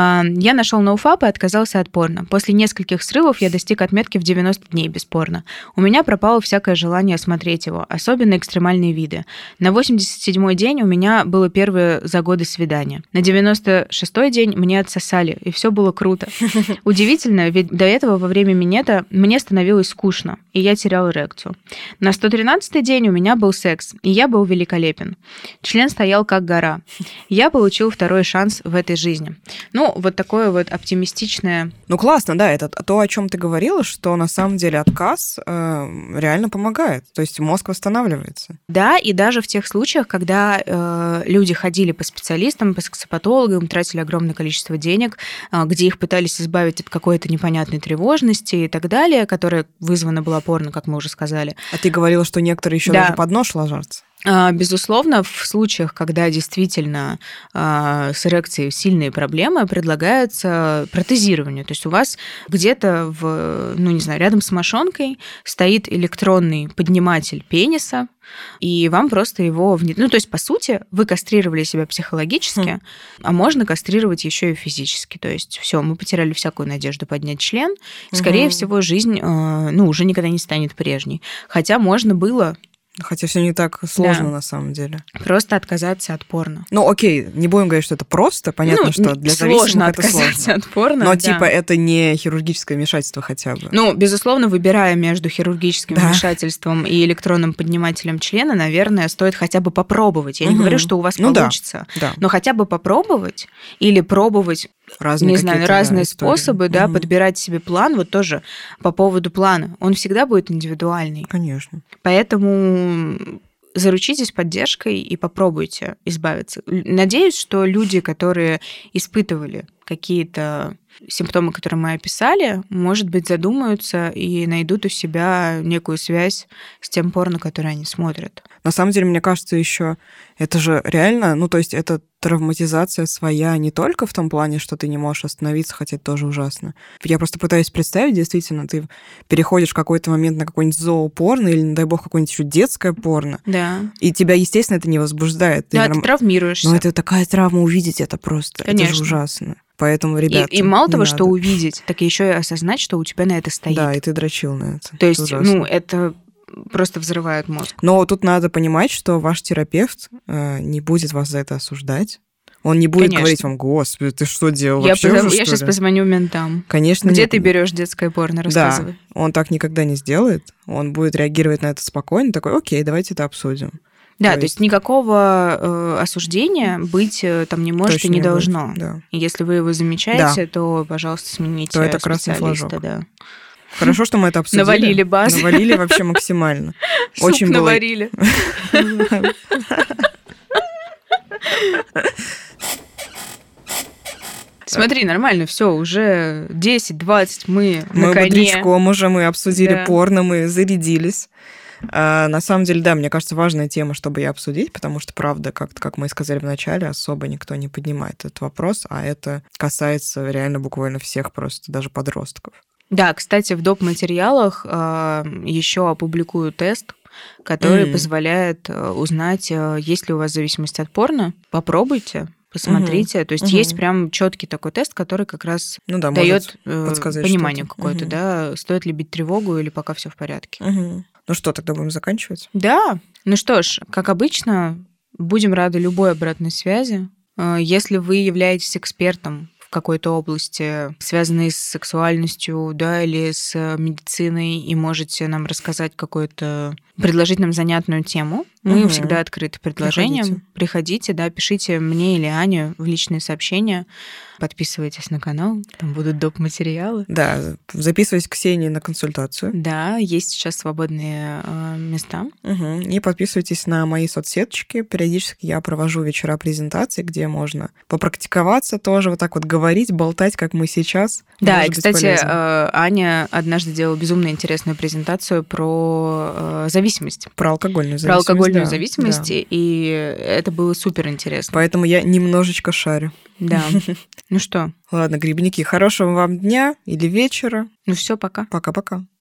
Я нашел NoFap и отказался от порно. После нескольких срывов я достиг отметки в 90 дней без порно. У меня пропало всякое желание смотреть его, особенно экстремальные виды. На 87-й день у меня было первое за годы свидание. На 96-й день мне отсосали, и все было круто. Удивительно, ведь до этого во время минета мне становилось скучно, и я терял эрекцию. На 113-й день у меня был секс, и я был великолепен. Член стоял как гора. Я получил второй шанс в этой жизни. Вот такое вот оптимистичное... Классно, да, это то, о чем ты говорила, что на самом деле отказ реально помогает, то есть мозг восстанавливается. Да, и даже в тех случаях, когда люди ходили по специалистам, по сексопатологам, тратили огромное количество денег, где их пытались избавить от какой-то непонятной тревожности и так далее, которая вызвана была порно, как мы уже сказали. А ты говорила, что некоторые еще даже под нож ложатся. Безусловно, в случаях, когда действительно с эрекцией сильные проблемы, предлагается протезирование. То есть у вас где-то рядом с мошонкой стоит электронный подниматель пениса, и вам просто его... то есть, по сути, вы кастрировали себя психологически, а можно кастрировать еще и физически. То есть все, мы потеряли всякую надежду поднять член, и, скорее всего, жизнь уже никогда не станет прежней. Хотя можно было... Хотя все не так сложно на самом деле. Просто отказаться от порно. Окей, не будем говорить, что это просто. Понятно, что для зависимых это сложно. От порно, но это не хирургическое вмешательство хотя бы. Безусловно, выбирая между хирургическим вмешательством и электронным поднимателем члена, наверное, стоит хотя бы попробовать. Я не говорю, что у вас получится. Но хотя бы попробовать или пробовать разные способы, подбирать себе план. Вот тоже по поводу плана. Он всегда будет индивидуальный. Конечно. Поэтому заручитесь поддержкой и попробуйте избавиться. Надеюсь, что люди, которые испытывали какие-то симптомы, которые мы описали, может быть, задумаются и найдут у себя некую связь с тем порно, которое они смотрят. На самом деле, мне кажется, еще это же реально, ну, то есть это травматизация своя не только в том плане, что ты не можешь остановиться, хотя это тоже ужасно. Я просто пытаюсь представить, действительно, ты переходишь в какой-то момент на какой-нибудь зоопорно или, не дай бог, какое-нибудь еще детское порно, Да. и тебя, естественно, это не возбуждает. Да, ты травмируешься. Но это такая травма увидеть это просто. Конечно. Это же ужасно. Поэтому, ребята, и мало того, надо. что увидеть, так еще и осознать, что у тебя на это стоит. Да, и ты дрочил на это. То есть, ужасно. это просто взрывает мозг. Но тут надо понимать, что ваш терапевт не будет вас за это осуждать. Он не будет говорить вам: «Господи, ты что делал? Я Вообще уже, сейчас позвоню ментам. Конечно, Где нет. ты берешь детское порно? Рассказывай. Да, он так никогда не сделает. Он будет реагировать на это спокойно, такой: окей, давайте это обсудим. Да, то есть никакого осуждения быть там не может и не должно. Да. И если вы его замечаете, то, пожалуйста, смените то это красный флажок. Да. Хорошо, что мы это обсудили. Навалили базы. Навалили вообще максимально. Суп наварили. Смотри, нормально, все, уже 10-20, мы на коне. бодрячком уже, мы обсудили порно, мы зарядились. На самом деле, да, мне кажется, важная тема, чтобы ее обсудить, потому что, правда, как мы и сказали в начале, особо никто не поднимает этот вопрос, а это касается реально буквально всех просто, даже подростков. Да, кстати, в доп. Материалах еще опубликую тест, который позволяет узнать, есть ли у вас зависимость от порно. Попробуйте. Посмотрите. То есть есть прям четкий такой тест, который как раз дает понимание какое-то, да, стоит ли бить тревогу или пока все в порядке. Ну что, тогда будем заканчивать? Да. Ну что ж, как обычно, будем рады любой обратной связи. Если вы являетесь экспертом в какой-то области, связанной с сексуальностью, да, или с медициной, и можете нам рассказать предложить нам занятную тему, мы всегда открыты предложениям. Приходите, да, пишите мне или Ане в личные сообщения. Подписывайтесь на канал, там будут доп. Материалы. Да, записывайтесь к Ксении на консультацию. Да, есть сейчас свободные места. И подписывайтесь на мои соцсеточки. Периодически я провожу вечера презентаций, где можно попрактиковаться тоже, вот так вот говорить, болтать, как мы сейчас. Да, и, кстати, Аня однажды делала безумно интересную презентацию про зависимость. Про алкогольную зависимость. Про алкогольную зависимость, да. И это было супер интересно. Поэтому я немножечко шарю. Да. Ну что? Ладно, грибники, хорошего вам дня или вечера. Ну все, пока. Пока-пока.